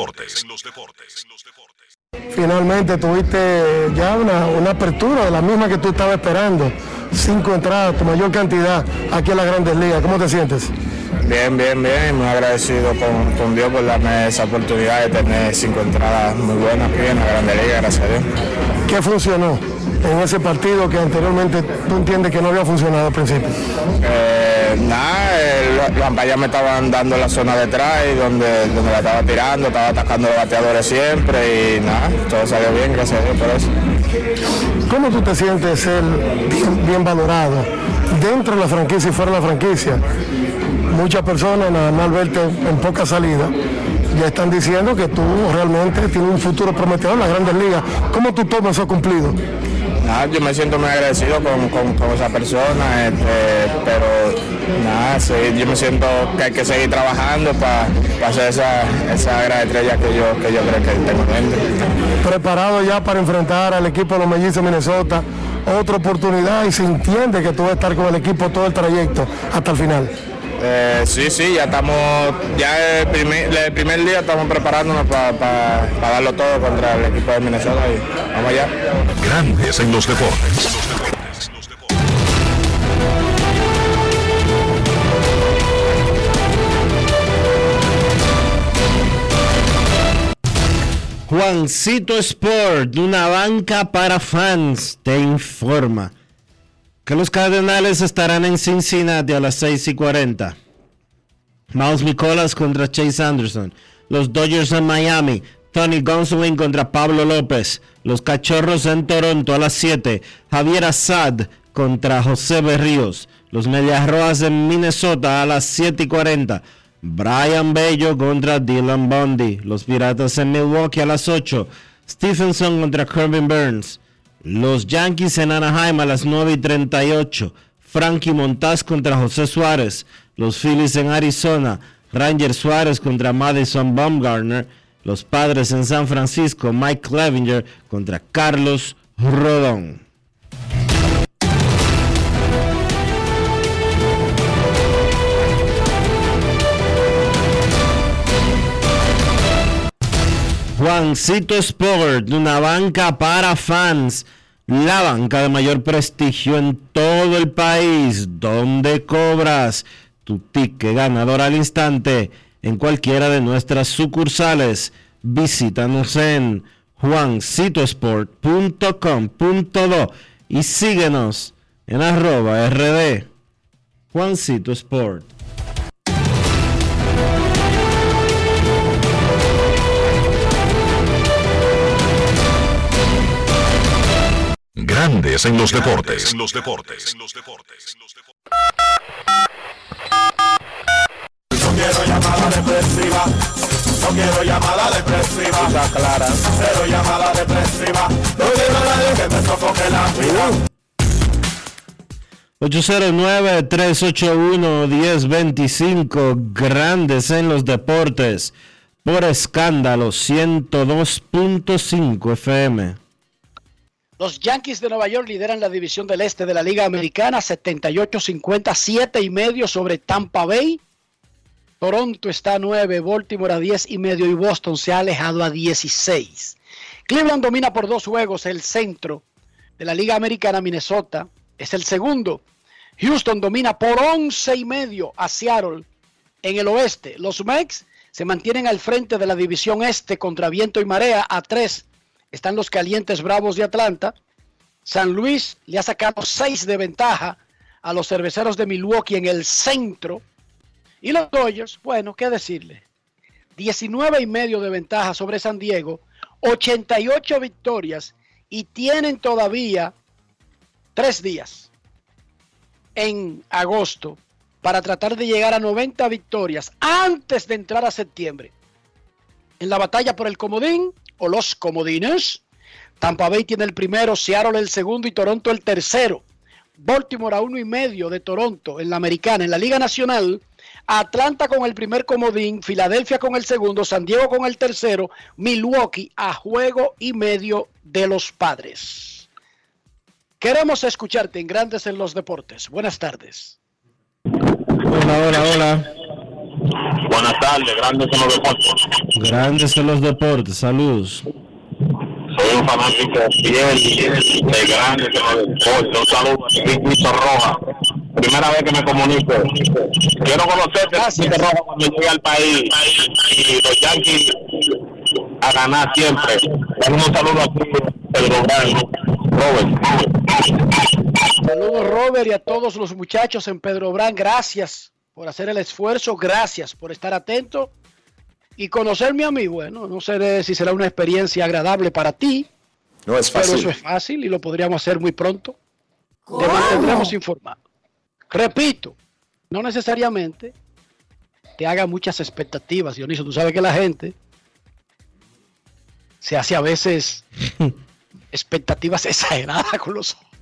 Finalmente tuviste ya una apertura de la misma que tú estabas esperando. 5 entradas, tu mayor cantidad aquí en las Grandes Ligas. ¿Cómo te sientes? Bien, muy agradecido con Dios por darme esa oportunidad de tener 5 entradas muy buenas aquí en la Grandes Ligas, gracias a Dios. ¿Qué funcionó en ese partido que anteriormente tú entiendes que no había funcionado al principio? Los ampallas me estaban dando la zona detrás y donde la estaba tirando, estaba atacando a los bateadores siempre y todo salió bien, gracias a Dios por eso. ¿Cómo tú te sientes ser bien valorado dentro de la franquicia y fuera de la franquicia? Muchas personas, nada más verte en poca salida, ya están diciendo que tú realmente tienes un futuro prometedor en las Grandes Ligas. ¿Cómo tú tomas eso cumplido? Yo me siento muy agradecido con esa persona, pero sí, yo me siento que hay que seguir trabajando para hacer esa gran estrella que yo creo que tengo dentro. ¿Preparado ya para enfrentar al equipo de los Mellizos de Minnesota? Otra oportunidad y se entiende que tú vas a estar con el equipo todo el trayecto hasta el final. Sí, ya estamos, el primer día estamos preparándonos para darlo todo contra el equipo de Minnesota y vamos allá. Grandes en los deportes. Juancito Sport, una banca para fans, te informa que los Cardenales estarán en Cincinnati a las 6:40. Miles Mikolas contra Chase Anderson. Los Dodgers en Miami. Tony Gonsolin contra Pablo López. Los Cachorros en Toronto a las 7. Javier Assad contra José Berríos. Los Medias Rojas en Minnesota a las 7:40. Brian Bello contra Dylan Bundy. Los Piratas en Milwaukee a las 8. Stephenson contra Corbin Burns. Los Yankees en Anaheim a las 9:38. Frankie Montaz contra José Suárez. Los Phillies en Arizona. Ranger Suárez contra Madison Bumgarner. Los Padres en San Francisco. Mike Clevinger contra Carlos Rodón. Juancito Sport, una banca para fans, la banca de mayor prestigio en todo el país, donde cobras tu ticket ganador al instante en cualquiera de nuestras sucursales. Visítanos en juancitosport.com.do y síguenos en @RD Juancito Sport. Grandes en los deportes. No quiero llamada depresiva. No quiero llamada depresiva. Está clara. Cero llamada depresiva. No quiero nadie que me sofoque la vida. 809-381-1025. Grandes en los deportes. Por Escándalo 102.5 FM. Los Yankees de Nueva York lideran la división del este de la Liga Americana, 78-50, 7.5 sobre Tampa Bay. Toronto está a 9, Baltimore a 10.5 y Boston se ha alejado a 16. Cleveland domina por 2 juegos el centro de la Liga Americana. Minnesota es el segundo. Houston domina por 11.5 a Seattle en el oeste. Los Mets se mantienen al frente de la división este contra viento y marea a 3. Están los Calientes Bravos de Atlanta. San Luis le ha sacado 6 de ventaja a los Cerveceros de Milwaukee en el centro. Y los Dodgers, bueno, qué decirle. 19.5 de ventaja sobre San Diego. 88 victorias y tienen todavía 3 días en agosto para tratar de llegar a 90 victorias antes de entrar a septiembre. En la batalla por el comodín o los comodines, Tampa Bay tiene el primero, Seattle el segundo y Toronto el tercero. Baltimore a 1.5 de Toronto en la Americana. En la Liga Nacional, Atlanta con el primer comodín, Filadelfia con el segundo, San Diego con el tercero, Milwaukee a 1.5 de los Padres. Queremos escucharte en Grandes en los Deportes. Buenas tardes. Hola. Buenas tardes, Grandes en los Deportes. Grandes en los Deportes, saludos. Soy un fanático fiel de Grandes en los Deportes. Un saludo a Cristo Roja. Primera vez que me comunico. Quiero conocerte, Cristo Roja, cuando llegue al país y los Yankees a ganar siempre. Damos un saludo a Pedro Brand, Robert. Saludos, Robert, y a todos los muchachos en Pedro Brand. Gracias por hacer el esfuerzo, gracias por estar atento y conocerme a mí. Bueno, no sé si será una experiencia agradable para ti. No es fácil. Pero eso es fácil y lo podríamos hacer muy pronto. Te mantendremos informado. Repito, no necesariamente te haga muchas expectativas, Dionisio. Tú sabes que la gente se hace a veces expectativas exageradas con los otros.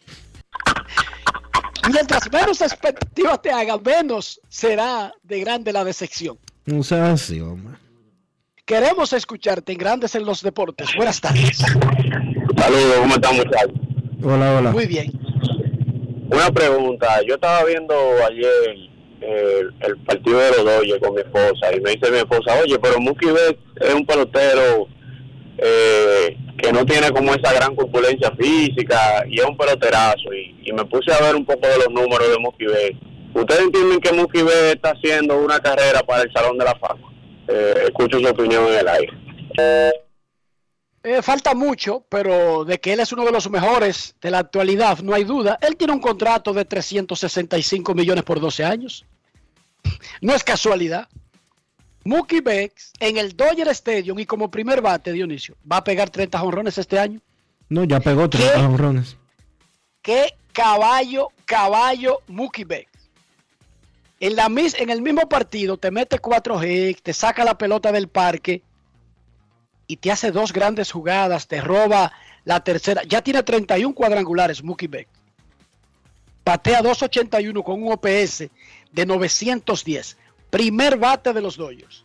Mientras menos expectativas te hagan, menos será de grande la decepción. No sea así, hombre. Queremos escucharte en Grandes en los Deportes. Buenas tardes. Saludos, ¿cómo están, muchachos? Hola. Muy bien. Una pregunta. Yo estaba viendo ayer el partido de los Dodgers con mi esposa y me dice mi esposa, oye, pero Mookie Betts es un pelotero que no tiene como esa gran corpulencia física y es un peloterazo, y me puse a ver un poco de los números de Mookie Betts. ¿Ustedes entienden que Mookie Betts está haciendo una carrera para el Salón de la Fama? Escucho su opinión en el aire. Falta mucho, pero de que él es uno de los mejores de la actualidad, no hay duda. Él tiene un contrato de 365 millones por 12 años. No es casualidad. Mookie Betts en el Dodger Stadium y como primer bate, Dionisio, va a pegar 30 jonrones este año. No, ya pegó 30 jonrones. ¿Qué caballo Mookie Betts? En el mismo partido te mete 4 hits, te saca la pelota del parque y te hace 2 grandes jugadas, te roba la tercera. Ya tiene 31 cuadrangulares Mookie Betts. Batea 2.81 con un OPS de 910. Primer bate de los Dodgers.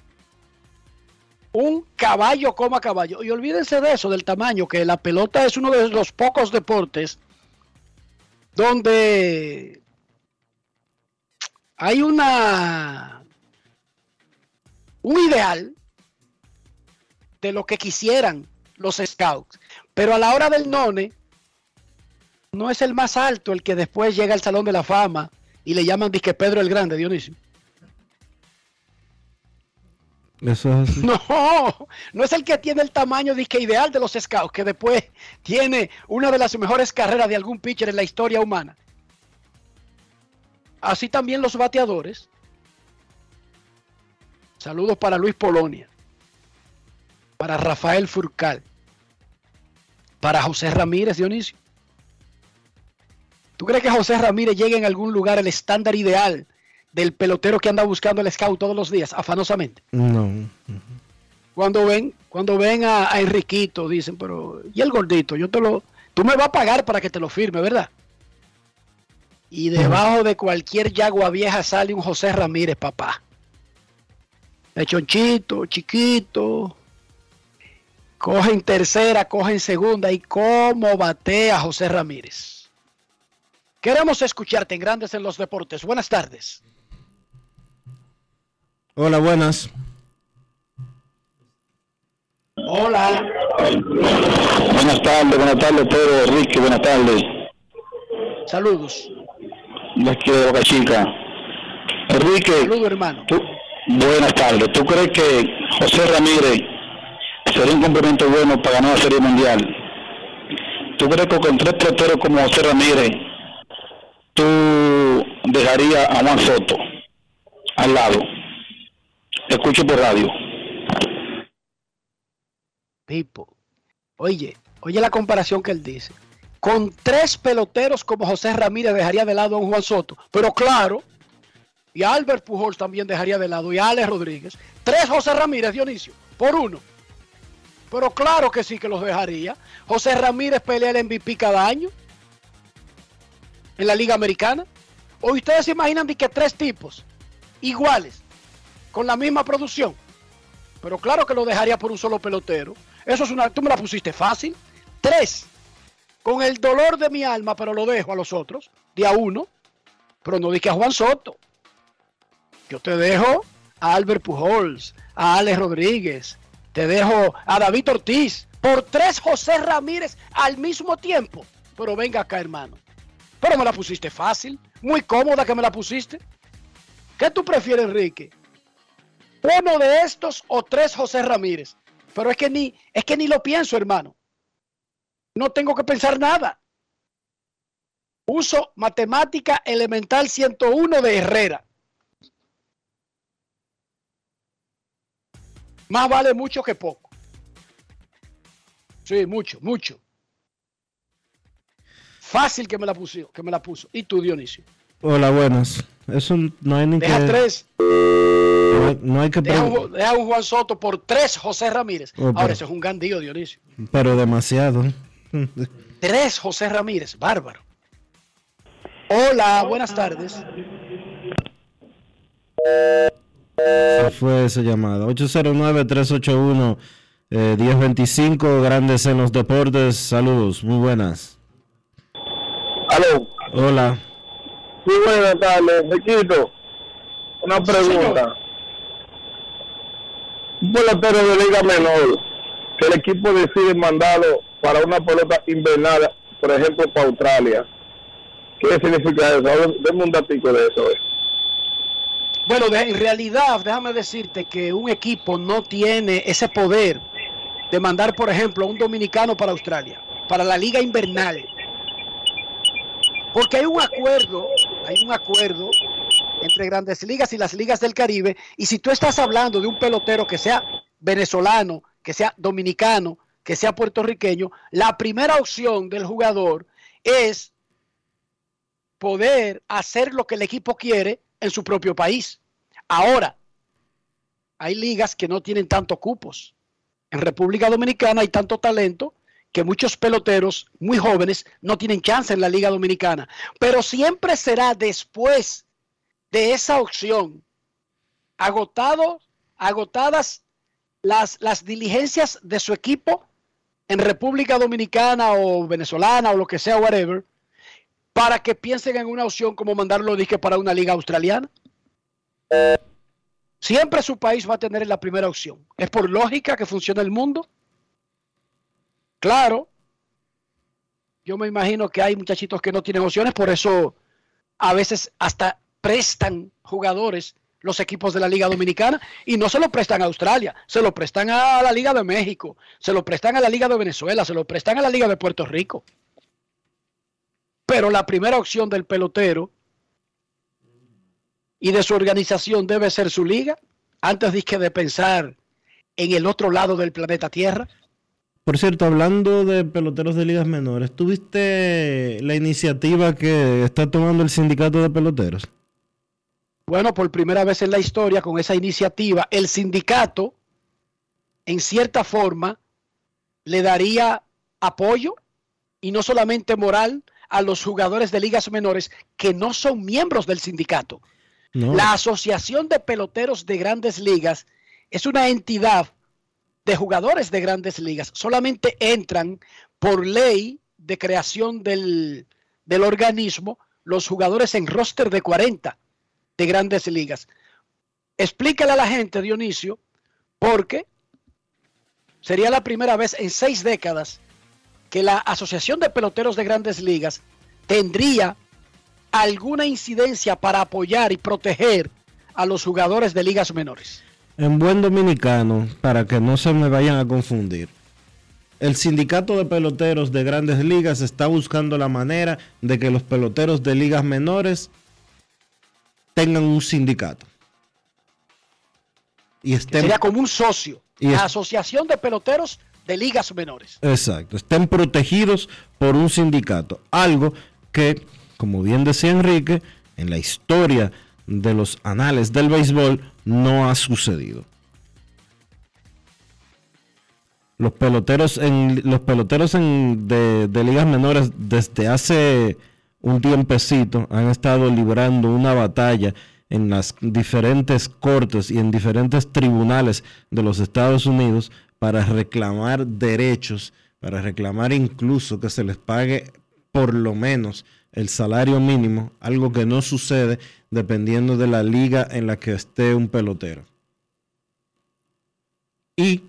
Un caballo como caballo. Y olvídense de eso, del tamaño, que la pelota es uno de los pocos deportes donde hay un ideal de lo que quisieran los scouts. Pero a la hora del none, no es el más alto el que después llega al Salón de la Fama y le llaman disque Pedro el Grande, Dionisio. Eso es así. No es el que tiene el tamaño disque ideal de los scouts, que después tiene una de las mejores carreras de algún pitcher en la historia humana. Así también los bateadores. Saludos para Luis Polonia, para Rafael Furcal, para José Ramírez, Dionisio. ¿Tú crees que José Ramírez llegue en algún lugar al estándar ideal del pelotero que anda buscando el scout todos los días, afanosamente? No. Cuando ven a Enriquito, dicen, pero ¿y el gordito? Tú me vas a pagar para que te lo firme, ¿verdad? Y debajo de cualquier yagua vieja sale un José Ramírez, papá. Pechonchito, chiquito. Coge en tercera, coge en segunda. Y cómo batea José Ramírez. Queremos escucharte en Grandes en los Deportes. Buenas tardes. Hola, buenas. Hola. Buenas tardes, Pedro, Enrique, buenas tardes. Saludos. De aquí de Boca Chica. Enrique. Saludos, hermano. Buenas tardes. ¿Tú crees que José Ramírez sería un complemento bueno para ganar la Serie Mundial? ¿Tú crees que con 3 peloteros como José Ramírez tú dejarías a Juan Soto al lado? Te escucho por radio. people. Oye la comparación que él dice. Con 3 peloteros como José Ramírez dejaría de lado a un Juan Soto. Pero claro, y a Albert Pujols también dejaría de lado, y a Alex Rodríguez. 3 José Ramírez, Dionisio, por 1. Pero claro que sí que los dejaría. José Ramírez pelea el MVP cada año en la Liga Americana. ¿O ustedes se imaginan de que 3 tipos iguales, con la misma producción? Pero claro que lo dejaría por un solo pelotero. Eso es tú me la pusiste fácil. 3, con el dolor de mi alma, pero lo dejo a los otros, de a 1. Pero no dije a Juan Soto. Yo te dejo a Albert Pujols, a Alex Rodríguez, te dejo a David Ortiz, por 3 José Ramírez al mismo tiempo. Pero venga acá, hermano. Pero me la pusiste fácil, muy cómoda que me la pusiste. ¿Qué tú prefieres, Enrique? ¿Uno de estos o 3 José Ramírez? Pero es que ni lo pienso, hermano. No tengo que pensar nada. Uso matemática elemental 101 de Herrera. Más vale mucho que poco. Sí, mucho. Fácil que me la puso. ¿Y tú, Dionisio? Hola, buenas. Eso no hay ni Deja que... 3. No hay que... Deja un Juan Soto por 3 José Ramírez. Ahora, eso es un gandío, Dionisio. Pero demasiado. 3 José Ramírez. Bárbaro. Hola, buenas tardes. Se fue esa llamada. 809-381-1025. Grandes en los deportes. Saludos, muy buenas. Aló. Hola. Sí, buenas tardes, Riquito. Una pregunta. Un pelotero de liga menor que el equipo decide mandarlo para una pelota invernal, por ejemplo, para Australia. ¿Qué significa eso? Deme un datico de eso. Bueno, en realidad, déjame decirte que un equipo no tiene ese poder de mandar, por ejemplo, a un dominicano para Australia, para la liga invernal. Porque hay un acuerdo entre Grandes Ligas y las ligas del Caribe, y si tú estás hablando de un pelotero que sea venezolano, que sea dominicano, que sea puertorriqueño, la primera opción del jugador es poder hacer lo que el equipo quiere en su propio país. Ahora, hay ligas que no tienen tantos cupos. En República Dominicana hay tanto talento que muchos peloteros muy jóvenes no tienen chance en la Liga Dominicana. Pero siempre será después de esa opción, agotadas las diligencias de su equipo en República Dominicana o venezolana o lo que sea, whatever, para que piensen en una opción como mandarlo para una liga australiana. Siempre su país va a tener la primera opción. Es por lógica que funciona el mundo. Claro, yo me imagino que hay muchachitos que no tienen opciones, por eso a veces hasta prestan jugadores los equipos de la Liga Dominicana, y no se lo prestan a Australia, se lo prestan a la Liga de México, se lo prestan a la Liga de Venezuela, se lo prestan a la Liga de Puerto Rico. Pero la primera opción del pelotero y de su organización debe ser su liga, antes de pensar en el otro lado del planeta Tierra. Por cierto, hablando de peloteros de ligas menores, ¿tuviste la iniciativa que está tomando el sindicato de peloteros? Bueno, por primera vez en la historia, con esa iniciativa, el sindicato, en cierta forma, le daría apoyo, y no solamente moral, a los jugadores de ligas menores que no son miembros del sindicato. No. La Asociación de Peloteros de Grandes Ligas es una entidad de jugadores de Grandes Ligas. Solamente entran por ley de creación del organismo los jugadores en roster de 40 de Grandes Ligas. Explícale a la gente, Dionisio, porque sería la primera vez en 6 décadas que la Asociación de Peloteros de Grandes Ligas tendría alguna incidencia para apoyar y proteger a los jugadores de ligas menores. En buen dominicano, para que no se me vayan a confundir, el sindicato de peloteros de Grandes Ligas está buscando la manera de que los peloteros de ligas menores tengan un sindicato. Y sería como un socio. La Asociación de Peloteros de ligas menores. Exacto, estén protegidos por un sindicato. Algo que, como bien decía Enrique, en la historia de los anales del béisbol no ha sucedido. Los peloteros de ligas menores desde hace un tiempecito han estado librando una batalla en las diferentes cortes y en diferentes tribunales de los Estados Unidos para reclamar derechos, para reclamar incluso que se les pague por lo menos el salario mínimo, algo que no sucede dependiendo de la liga en la que esté un pelotero. Y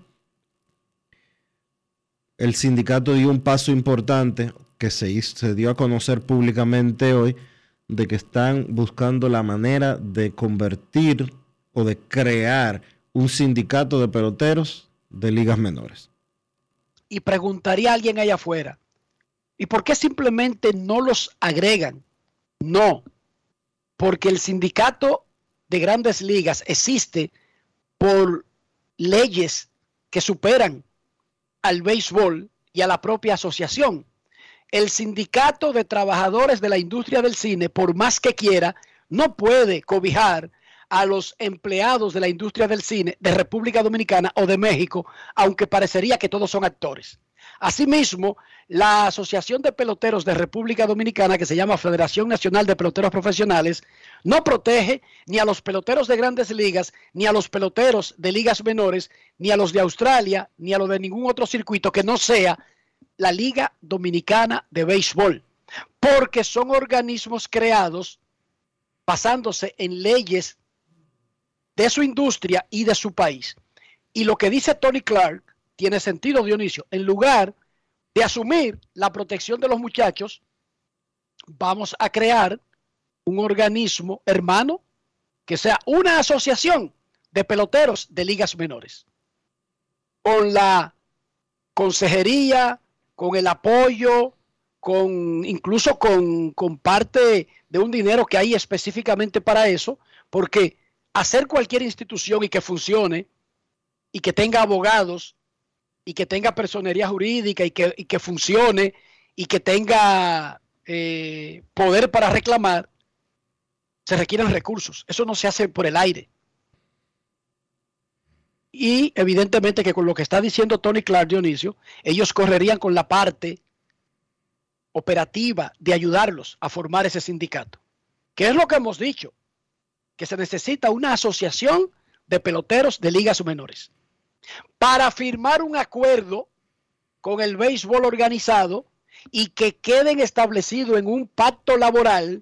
el sindicato dio un paso importante que se dio a conocer públicamente hoy, de que están buscando la manera de convertir o de crear un sindicato de peloteros de ligas menores. Y preguntaría a alguien allá afuera, ¿y por qué simplemente no los agregan? No, porque el sindicato de grandes ligas existe por leyes que superan al béisbol y a la propia asociación. El sindicato de trabajadores de la industria del cine, por más que quiera, no puede cobijar a los empleados de la industria del cine de República Dominicana o de México, aunque parecería que todos son actores. Asimismo, la Asociación de Peloteros de República Dominicana, que se llama Federación Nacional de Peloteros Profesionales, no protege ni a los peloteros de grandes ligas, ni a los peloteros de ligas menores, ni a los de Australia, ni a los de ningún otro circuito que no sea la Liga Dominicana de Béisbol, porque son organismos creados basándose en leyes de su industria y de su país. Y lo que dice Tony Clark tiene sentido, Dionisio. En lugar de asumir la protección de los muchachos, vamos a crear un organismo hermano que sea una asociación de peloteros de ligas menores, con la consejería, con el apoyo, incluso con parte de un dinero que hay específicamente para eso, porque hacer cualquier institución y que funcione, y que tenga abogados, y que tenga personería jurídica, y que funcione, y que tenga poder para reclamar, se requieren recursos. Eso no se hace por el aire. Y evidentemente que con lo que está diciendo Tony Clark, Dionisio, ellos correrían con la parte operativa de ayudarlos a formar ese sindicato. ¿Qué es lo que hemos dicho? Que se necesita una asociación de peloteros de ligas menores para firmar un acuerdo con el béisbol organizado y que queden establecidos en un pacto laboral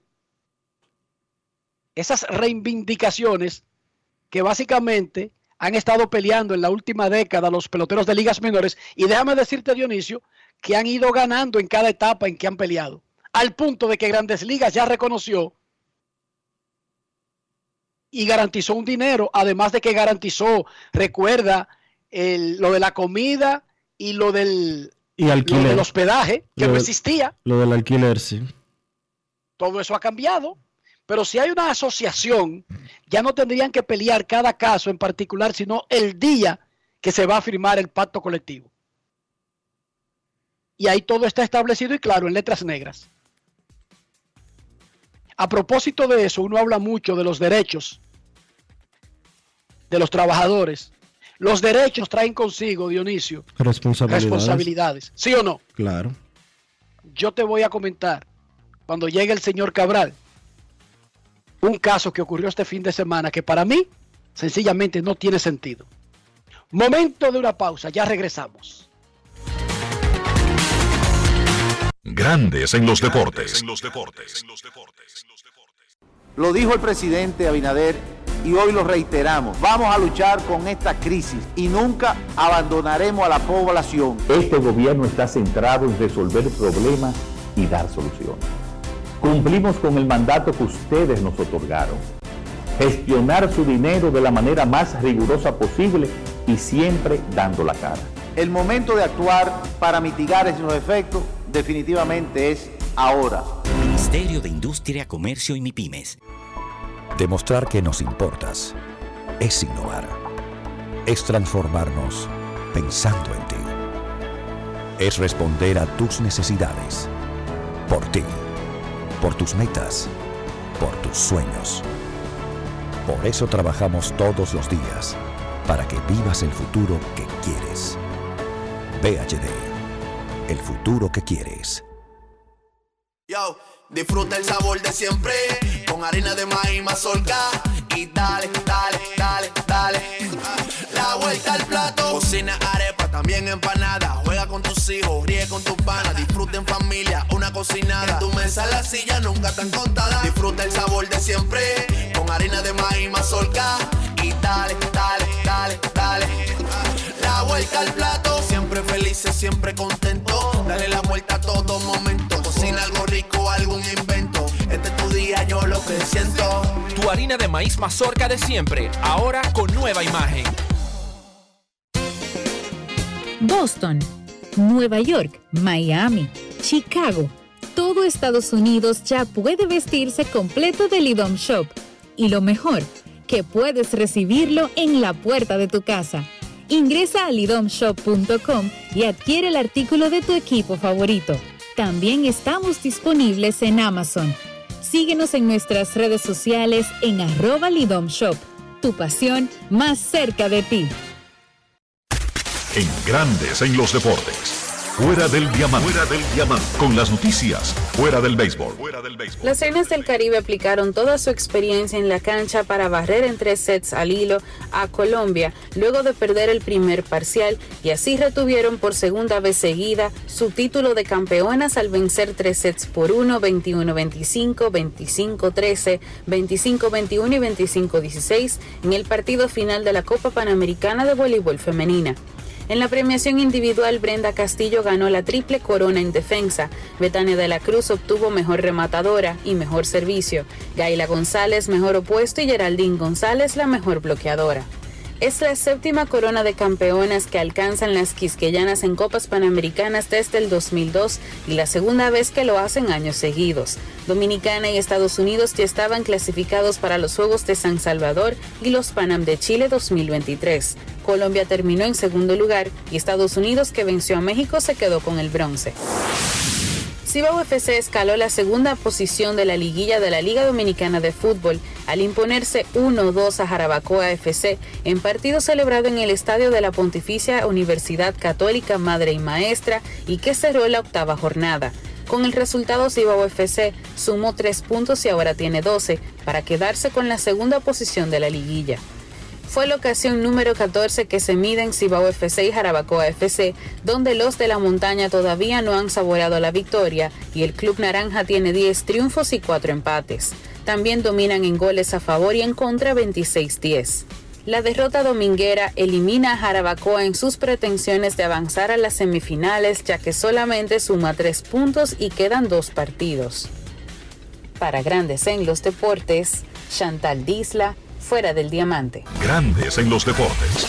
esas reivindicaciones que básicamente han estado peleando en la última década los peloteros de ligas menores, y déjame decirte, Dionisio, que han ido ganando en cada etapa en que han peleado, al punto de que Grandes Ligas ya reconoció y garantizó un dinero, además de que garantizó, recuerda, lo de la comida y lo del hospedaje, que no existía. Lo del alquiler, sí. Todo eso ha cambiado. Pero si hay una asociación, ya no tendrían que pelear cada caso en particular, sino el día que se va a firmar el pacto colectivo. Y ahí todo está establecido y claro, en letras negras. A propósito de eso, uno habla mucho de los derechos de los trabajadores. Los derechos traen consigo, Dionisio, responsabilidades. ¿Sí o no? Claro. Yo te voy a comentar, cuando llegue el señor Cabral, un caso que ocurrió este fin de semana que para mí sencillamente no tiene sentido. Momento de una pausa, ya regresamos. Grandes en los deportes. Lo dijo el presidente Abinader y hoy lo reiteramos. Vamos a luchar con esta crisis y nunca abandonaremos a la población. Este gobierno está centrado en resolver problemas y dar soluciones. Cumplimos con el mandato que ustedes nos otorgaron. Gestionar su dinero de la manera más rigurosa posible y siempre dando la cara. El momento de actuar para mitigar esos efectos definitivamente es ahora. Ministerio de Industria, Comercio y MIPYMES. Demostrar que nos importas es innovar. Es transformarnos pensando en ti. Es responder a tus necesidades. Por ti. Por tus metas. Por tus sueños. Por eso trabajamos todos los días, para que vivas el futuro que quieres. VHD, el futuro que quieres. Yo, disfruta el sabor de siempre, con harina de maíz mazorca, y dale, dale, dale, dale, la vuelta al plato. Cocina arepa, también empanada, juega con tus hijos, ríe con tus panas, disfruta en familia, una cocinada. En tu mesa la silla nunca tan contada. Disfruta el sabor de siempre, con harina de maíz mazorca, y dale, dale, dale, dale, la vuelta al plato. Siempre felices, siempre contentos, dale la vuelta a todo momento. Cocina algo rico, algún invento, este es tu día, yo lo que siento. Tu harina de maíz mazorca de siempre, ahora con nueva imagen. Boston, Nueva York, Miami, Chicago. Todo Estados Unidos ya puede vestirse completo del IDOM Shop. Y lo mejor, que puedes recibirlo en la puerta de tu casa. Ingresa a lidomshop.com y adquiere el artículo de tu equipo favorito. También estamos disponibles en Amazon. Síguenos en nuestras redes sociales en @lidomshop. Tu pasión más cerca de ti. En Grandes en los Deportes. Fuera del diamante. Fuera del diamante. Con las noticias. Fuera del béisbol. Fuera del béisbol. Las Reinas del Caribe aplicaron toda su experiencia en la cancha para barrer en 3 sets al hilo a Colombia, luego de perder el primer parcial, y así retuvieron por segunda vez seguida su título de campeonas al vencer 3 sets por 1, 21-25, 25-13, 25-21 y 25-16 en el partido final de la Copa Panamericana de Voleibol Femenina. En la premiación individual, Brenda Castillo ganó la triple corona en defensa, Betania de la Cruz obtuvo mejor rematadora y mejor servicio, Gaila González mejor opuesto y Geraldine González la mejor bloqueadora. Es la 7ª corona de campeonas que alcanzan las quisqueyanas en Copas Panamericanas desde el 2002 y la segunda vez que lo hacen años seguidos. Dominicana y Estados Unidos ya estaban clasificados para los Juegos de San Salvador y los Panam de Chile 2023. Colombia terminó en segundo lugar y Estados Unidos, que venció a México, se quedó con el bronce. Cibao FC escaló la segunda posición de la liguilla de la Liga Dominicana de Fútbol al imponerse 1-2 a Jarabacoa FC en partido celebrado en el estadio de la Pontificia Universidad Católica Madre y Maestra y que cerró la 8ª jornada. Con el resultado, Cibao FC sumó 3 puntos y ahora tiene 12 para quedarse con la segunda posición de la liguilla. Fue la ocasión número 14 que se miden Cibao FC y Jarabacoa FC, donde los de la montaña todavía no han saboreado la victoria y el Club Naranja tiene 10 triunfos y 4 empates. También dominan en goles a favor y en contra 26-10. La derrota dominguera elimina a Jarabacoa en sus pretensiones de avanzar a las semifinales, ya que solamente suma 3 puntos y quedan 2 partidos. Para Grandes en los Deportes, Chantal Disla, Fuera del Diamante. Grandes en los Deportes.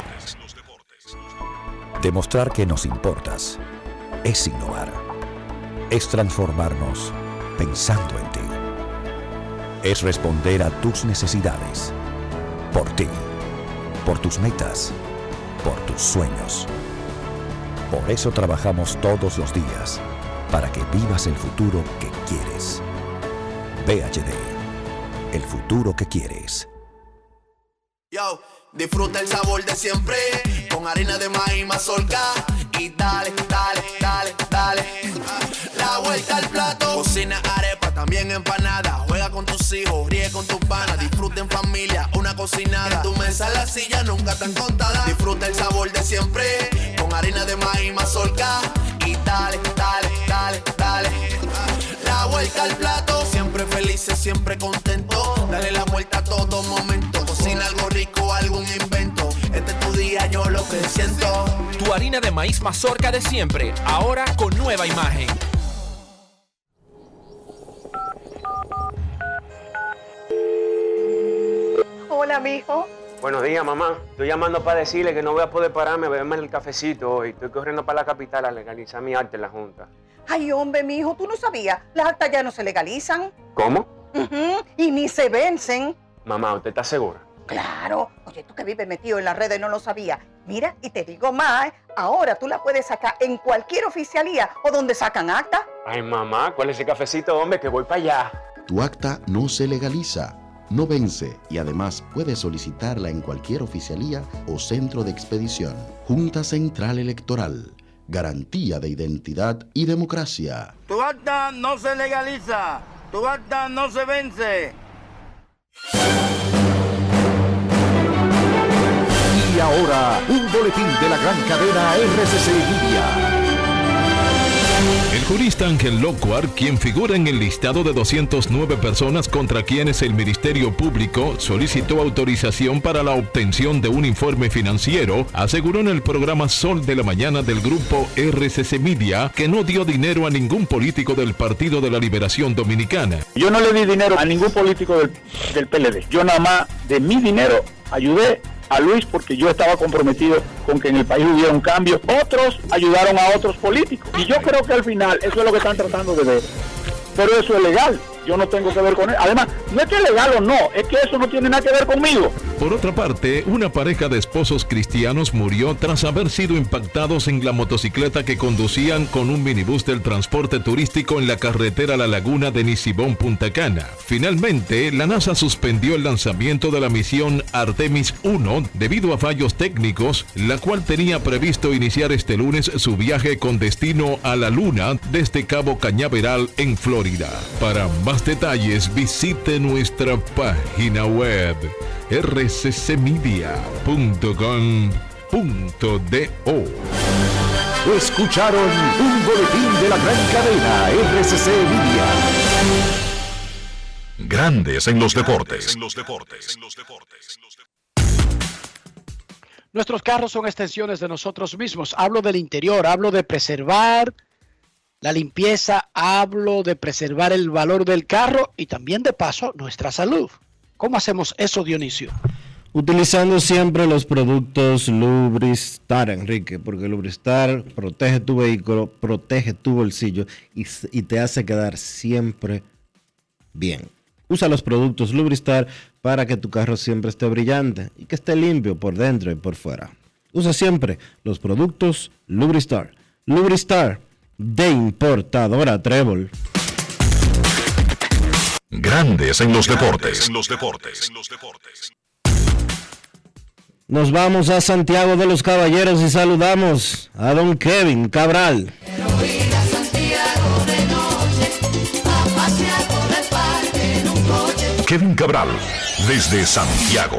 Demostrar que nos importas es innovar. Es transformarnos pensando en ti. Es responder a tus necesidades. Por ti. Por tus metas. Por tus sueños. Por eso trabajamos todos los días, para que vivas el futuro que quieres. VHD. El futuro que quieres. Yo, disfruta el sabor de siempre, con harina de maíz mazorca, y dale, dale, dale, dale, la vuelta al plato. Cocina arepa, también empanada, juega con tus hijos, ríe con tus panas, disfruta en familia, una cocinada. En tu mesa la silla nunca tan contada. Disfruta el sabor de siempre, con harina de maíz mazorca, y dale, dale, dale, dale, la vuelta al plato. Siempre felices, siempre contentos, dale la vuelta a todo momento. Cocina algo rico, algún invento, este es tu día, yo lo que siento. Tu harina de maíz mazorca de siempre, ahora con nueva imagen. Hola, mijo. Buenos días, mamá. Estoy llamando para decirle que no voy a poder pararme a beberme el cafecito hoy. Estoy corriendo para la capital a legalizar mi arte en la Junta. Ay, hombre, mijo, tú no sabías. Las actas ya no se legalizan. ¿Cómo? Y ni se vencen. Mamá, ¿usted está segura? Claro. Oye, tú que vives metido en las redes no lo sabías. Mira, y te digo más, ahora tú la puedes sacar en cualquier oficialía o donde sacan acta. Ay, mamá, ¿cuál es ese cafecito, hombre? Que voy para allá. Tu acta no se legaliza, no vence y además puedes solicitarla en cualquier oficialía o centro de expedición. Junta Central Electoral. Garantía de identidad y democracia. Tu acta no se legaliza, tu acta no se vence. Y ahora, un boletín de la gran cadena RCC Media. El jurista Ángel Locuar, quien figura en el listado de 209 personas contra quienes el Ministerio Público solicitó autorización para la obtención de un informe financiero, aseguró en el programa Sol de la Mañana del grupo RCC Media que no dio dinero a ningún político del Partido de la Liberación Dominicana. Yo no le di dinero a ningún político del PLD. Yo nada más de mi dinero ayudé a Luis porque yo estaba comprometido con que en el país hubiera un cambio. Otros ayudaron a otros políticos. Y yo creo que al final eso es lo que están tratando de ver. Pero eso es legal. Yo no tengo que ver con él. Además, no es que es legal o no, es que eso no tiene nada que ver conmigo. Por otra parte, una pareja de esposos cristianos murió tras haber sido impactados en la motocicleta que conducían con un minibús del transporte turístico en la carretera La Laguna de Nisibón, Punta Cana. Finalmente, la NASA suspendió el lanzamiento de la misión Artemis 1 debido a fallos técnicos, la cual tenía previsto iniciar este lunes su viaje con destino a la Luna desde Cabo Cañaveral en Florida. Para más detalles, visite nuestra página web rccmedia.com.do. Escucharon un boletín de la gran cadena RCC Media. Grandes en los deportes. Nuestros carros son extensiones de nosotros mismos. Hablo del interior, hablo de preservar la limpieza, hablo de preservar el valor del carro y también de paso nuestra salud. ¿Cómo hacemos eso, Dionisio? Utilizando siempre los productos Lubristar, Enrique, porque Lubristar protege tu vehículo, protege tu bolsillo y te hace quedar siempre bien. Usa los productos Lubristar para que tu carro siempre esté brillante y que esté limpio por dentro y por fuera. Usa siempre los productos Lubristar. Lubristar, de importadora Trébol. Grandes en los deportes. Nos vamos a Santiago de los Caballeros y saludamos a don Kevin Cabral. Kevin Cabral, desde Santiago.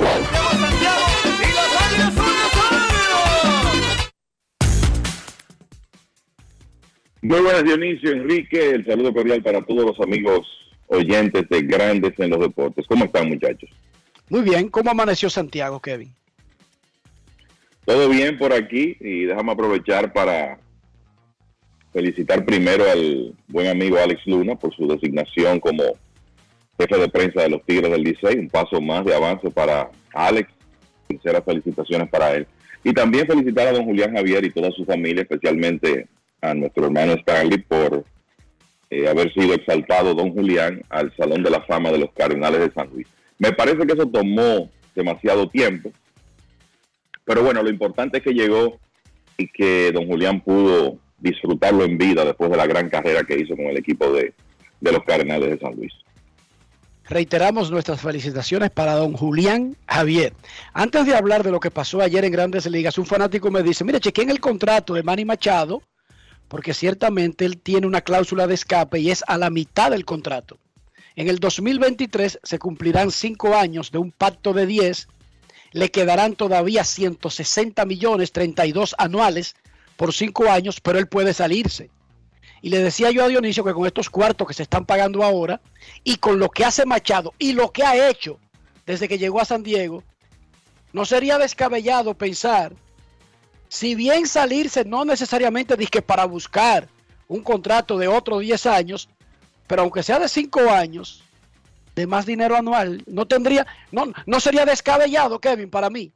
Muy buenas, Dionisio, Enrique, el saludo cordial para todos los amigos oyentes de Grandes en los Deportes. ¿Cómo están, muchachos? Muy bien, ¿cómo amaneció Santiago, Kevin? Todo bien por aquí y déjame aprovechar para felicitar primero al buen amigo Alex Luna por su designación como jefe de prensa de los Tigres del Licey, un paso más de avance para Alex, sinceras felicitaciones para él. Y también felicitar a don Julián Javier y toda su familia, especialmente a nuestro hermano Stanley por haber sido exaltado don Julián al Salón de la Fama de los Cardenales de San Luis. Me parece que eso tomó demasiado tiempo, pero bueno, lo importante es que llegó y que don Julián pudo disfrutarlo en vida después de la gran carrera que hizo con el equipo de los Cardenales de San Luis. Reiteramos nuestras felicitaciones para don Julián Javier. Antes de hablar de lo que pasó ayer en Grandes Ligas, un fanático me dice, mire, chequen el contrato de Manny Machado, porque ciertamente él tiene una cláusula de escape y es a la mitad del contrato. En el 2023 se cumplirán 5 años de un pacto de 10, le quedarán todavía 160 millones, 32 anuales por 5 años, pero él puede salirse. Y le decía yo a Dionisio que con estos cuartos que se están pagando ahora y con lo que hace Machado y lo que ha hecho desde que llegó a San Diego, no sería descabellado pensar, si bien salirse no necesariamente dice que para buscar un contrato de otros 10 años, pero aunque sea de 5 años, de más dinero anual, no sería descabellado, Kevin, para mí.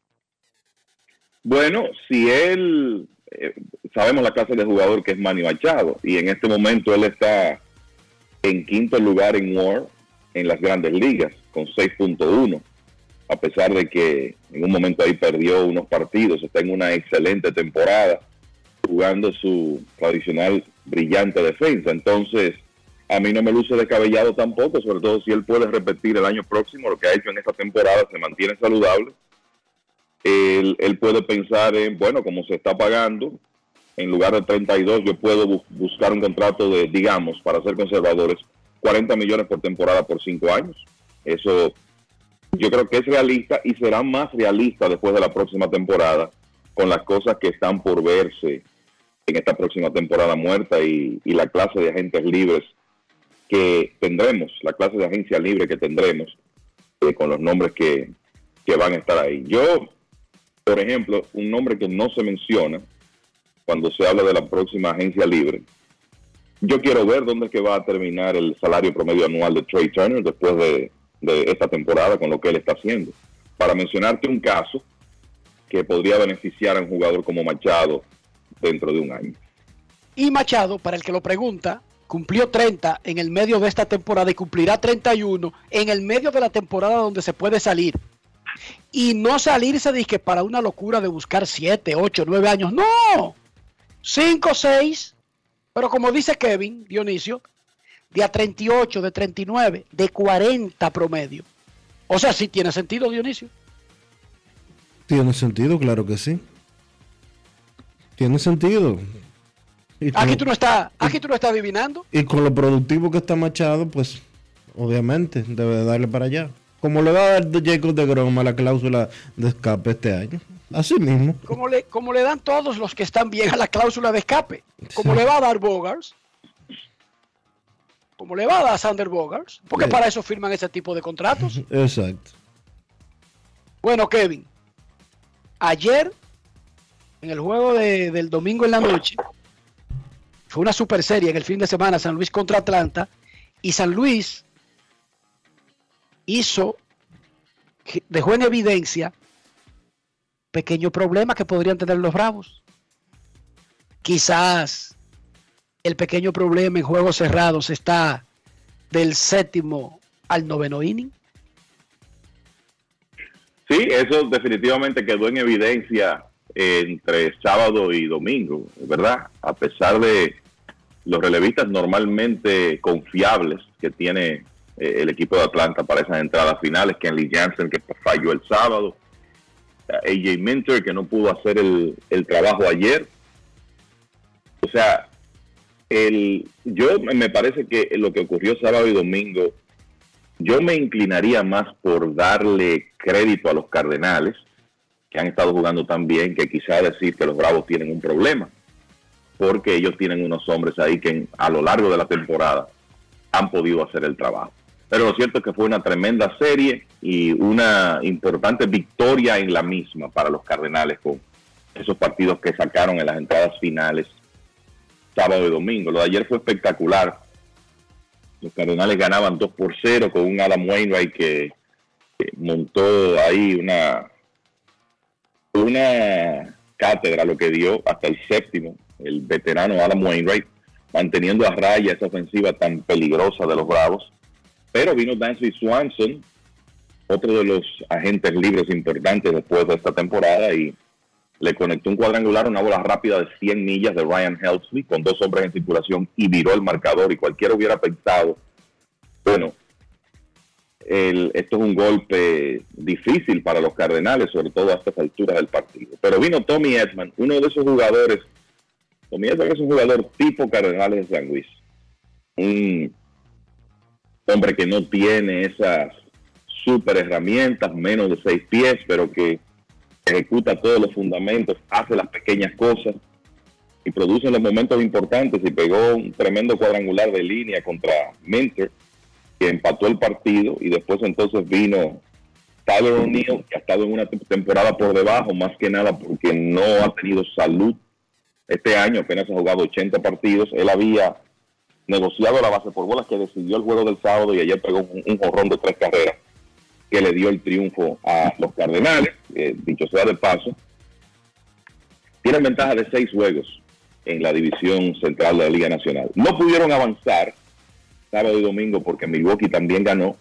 Bueno, si él, sabemos la clase de jugador que es Manny Machado, y en este momento él está en 5º lugar en WAR en las Grandes Ligas, con 6.1. a pesar de que en un momento ahí perdió unos partidos, está en una excelente temporada, jugando su tradicional brillante defensa. Entonces, a mí no me luce descabellado tampoco, sobre todo si él puede repetir el año próximo lo que ha hecho en esta temporada, se mantiene saludable. Él puede pensar en, bueno, como se está pagando, en lugar de 32, yo puedo buscar un contrato de, digamos, para ser conservadores, 40 millones por temporada por 5 años. Eso yo creo que es realista y será más realista después de la próxima temporada, con las cosas que están por verse en esta próxima temporada muerta y la clase de agentes libres que tendremos, la clase de agencia libre que tendremos, con los nombres que van a estar ahí. Yo, por ejemplo, un nombre que no se menciona cuando se habla de la próxima agencia libre, yo quiero ver dónde es que va a terminar el salario promedio anual de Trey Turner después de esta temporada con lo que él está haciendo. Para mencionarte un caso que podría beneficiar a un jugador como Machado dentro de un año. Y Machado, para el que lo pregunta, cumplió 30 en el medio de esta temporada y cumplirá 31 en el medio de la temporada donde se puede salir. Y no salirse de que para una locura de buscar 7, 8, 9 años. ¡No! 5, 6. Pero como dice Kevin, Dionisio, de a 38, de 39, de 40 promedio. O sea, sí tiene sentido, Dionisio. Tiene sentido, claro que sí. Tiene sentido. Aquí tú no estás adivinando. Y con lo productivo que está Machado, pues obviamente debe darle para allá. Como le va a dar Jacob deGrom a la cláusula de escape este año. Así mismo. Como le dan todos los que están bien a la cláusula de escape. Como le va a dar Bogaerts. Como le va a dar Sander Bogaerts. Porque para eso firman ese tipo de contratos. Exacto. Bueno, Kevin. Ayer, en el juego del domingo en la noche, fue una super serie en el fin de semana, San Luis contra Atlanta. Y San Luis dejó en evidencia pequeño problema que podrían tener los Bravos. Quizás el pequeño problema en juegos cerrados está del 7º al 9º inning. Sí, eso definitivamente quedó en evidencia entre sábado y domingo, ¿verdad? A pesar de los relevistas normalmente confiables que tiene el equipo de Atlanta para esas entradas finales, Kenley Jansen que falló el sábado, AJ Minter que no pudo hacer el trabajo ayer. O sea, yo me parece que lo que ocurrió sábado y domingo, yo me inclinaría más por darle crédito a los Cardenales, que han estado jugando tan bien, que quizá decir que los Bravos tienen un problema, porque ellos tienen unos hombres ahí que a lo largo de la temporada han podido hacer el trabajo. Pero lo cierto es que fue una tremenda serie y una importante victoria en la misma para los Cardenales con esos partidos que sacaron en las entradas finales sábado y domingo. Lo de ayer fue espectacular. Los Cardenales ganaban 2-0 con un Adam Wainwright que montó ahí una cátedra, lo que dio hasta el 7º, el veterano Adam Wainwright, manteniendo a raya esa ofensiva tan peligrosa de los Bravos. Pero vino Dansby Swanson, otro de los agentes libres importantes después de esta temporada, y le conectó un cuadrangular, una bola rápida de 100 millas de Ryan Helsley con 2 hombres en circulación y viró el marcador. Y cualquiera hubiera pensado, bueno, esto es un golpe difícil para los Cardenales, sobre todo a estas alturas del partido. Pero vino Tommy Edman, uno de esos jugadores. Tommy Edman es un jugador tipo Cardenales de San Luis. Un hombre que no tiene esas super herramientas, menos de 6 pies, pero que ejecuta todos los fundamentos, hace las pequeñas cosas y produce en los momentos importantes. Y pegó un tremendo cuadrangular de línea contra Minter, que empató el partido. Y después entonces vino Tyler O'Neill, que ha estado en una temporada por debajo, más que nada porque no ha tenido salud este año, apenas ha jugado 80 partidos. Él había negociado la base por bolas que decidió el juego del sábado y ayer pegó un jonrón de 3 carreras que le dio el triunfo a los Cardenales. Dicho sea de paso, tienen ventaja de 6 juegos en la división central de la Liga Nacional. No pudieron avanzar sábado y domingo porque Milwaukee también ganó,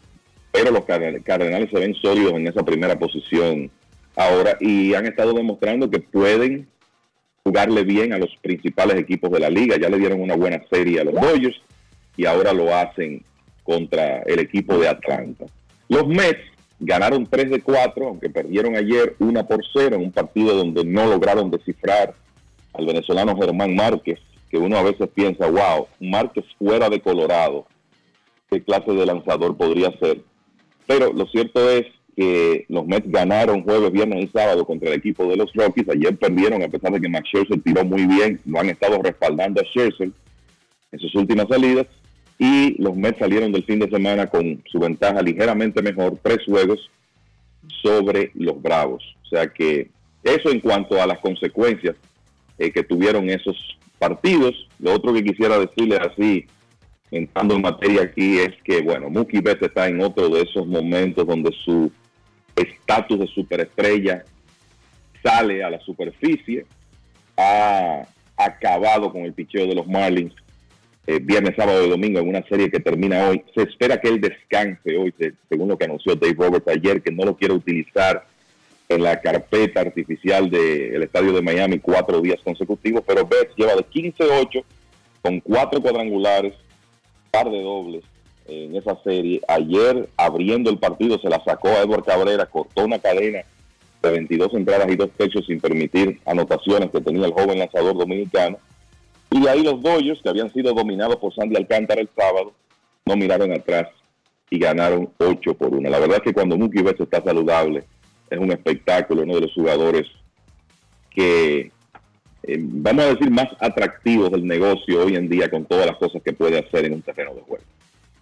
pero los Cardenales se ven sólidos en esa primera posición ahora y han estado demostrando que pueden jugarle bien a los principales equipos de la liga. Ya le dieron una buena serie a los Dodgers y ahora lo hacen contra el equipo de Atlanta. Los Mets ganaron 3 de 4, aunque perdieron ayer 1-0 en un partido donde no lograron descifrar al venezolano Germán Márquez, que uno a veces piensa, wow, Márquez fuera de Colorado, ¿qué clase de lanzador podría ser? Pero lo cierto es que los Mets ganaron jueves, viernes y sábado contra el equipo de los Rockies. Ayer perdieron a pesar de que Max Scherzer tiró muy bien. Lo han estado respaldando a Scherzer en sus últimas salidas. Y los Mets salieron del fin de semana con su ventaja ligeramente mejor, 3 juegos sobre los Bravos. O sea que eso en cuanto a las consecuencias que tuvieron esos partidos. Lo otro que quisiera decirle así, entrando en materia aquí, es que, bueno, Mookie Betts está en otro de esos momentos donde su estatus de superestrella sale a la superficie. Ha acabado con el picheo de los Marlins viernes, sábado y domingo en una serie que termina hoy. Se espera que él descanse hoy, según lo que anunció Dave Roberts ayer, que no lo quiere utilizar en la carpeta artificial del estadio de Miami 4 días consecutivos, pero Betts lleva de 15-8 con 4 cuadrangulares, par de dobles en esa serie. Ayer, abriendo el partido, se la sacó a Edward Cabrera, cortó una cadena de 22 entradas y 2 tercios sin permitir anotaciones que tenía el joven lanzador dominicano. Y ahí los Dodgers, que habían sido dominados por Sandy Alcántara el sábado, no miraron atrás y ganaron 8-1. La verdad es que cuando Mookie Betts está saludable, es un espectáculo, uno de los jugadores que, vamos a decir, más atractivos del negocio hoy en día, con todas las cosas que puede hacer en un terreno de juego.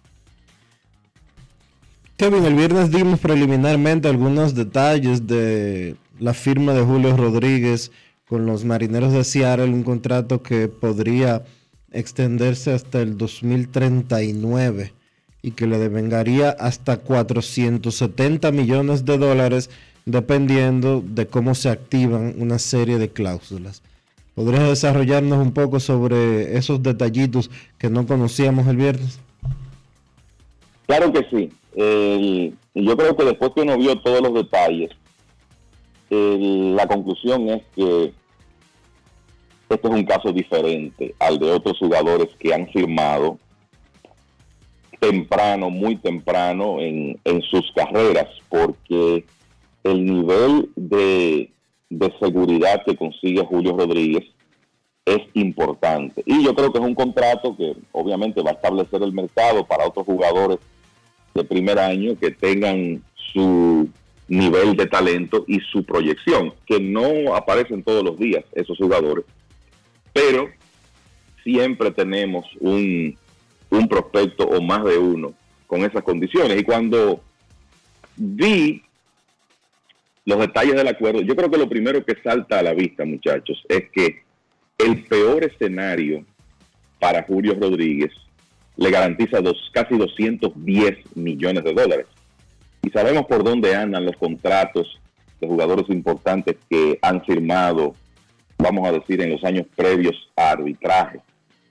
Kevin, el viernes dimos preliminarmente algunos detalles de la firma de Julio Rodríguez con los Marineros de Seattle, un contrato que podría extenderse hasta el 2039 y que le devengaría hasta $470 millones dependiendo de cómo se activan una serie de cláusulas. ¿Podrías desarrollarnos un poco sobre esos detallitos que no conocíamos el viernes? Claro que sí. Yo creo que después que uno vio todos los detalles, la conclusión es que este es un caso diferente al de otros jugadores que han firmado temprano, muy temprano en sus carreras, porque el nivel de seguridad que consigue Julio Rodríguez es importante. Y yo creo que es un contrato que obviamente va a establecer el mercado para otros jugadores de primer año que tengan su nivel de talento y su proyección, que no aparecen todos los días esos jugadores, pero siempre tenemos un prospecto o más de uno con esas condiciones. Y cuando vi los detalles del acuerdo, yo creo que lo primero que salta a la vista, muchachos, es que el peor escenario para Julio Rodríguez le garantiza casi $210 millones. Y sabemos por dónde andan los contratos de jugadores importantes que han firmado, vamos a decir, en los años previos a arbitraje.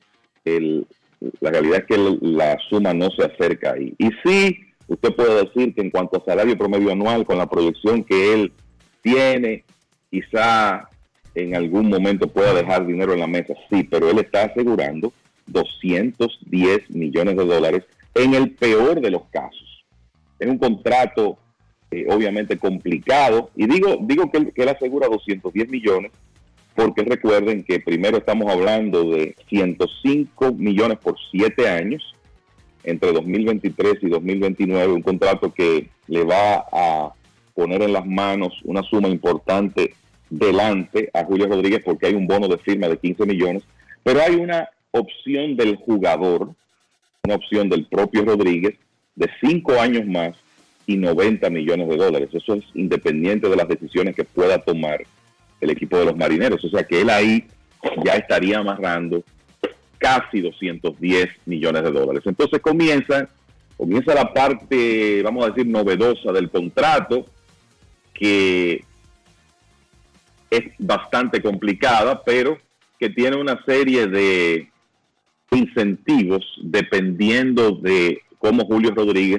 La realidad es que la suma no se acerca ahí. Y sí, usted puede decir que en cuanto a salario promedio anual, con la proyección que él tiene, quizá en algún momento pueda dejar dinero en la mesa. Sí, pero él está asegurando $210 millones en el peor de los casos. Es un contrato obviamente complicado, y digo que él asegura 210 millones porque recuerden que primero estamos hablando de 105 millones por 7 años entre 2023 y 2029, un contrato que le va a poner en las manos una suma importante delante a Julio Rodríguez, porque hay un bono de firma de 15 millones, pero hay una opción del jugador, una opción del propio Rodríguez de 5 años más y $90 millones. Eso es independiente de las decisiones que pueda tomar el equipo de los Marineros. O sea que él ahí ya estaría amarrando casi $210 millones. Entonces comienza la parte, vamos a decir, novedosa del contrato, que es bastante complicada, pero que tiene una serie de incentivos dependiendo de cómo Julio Rodríguez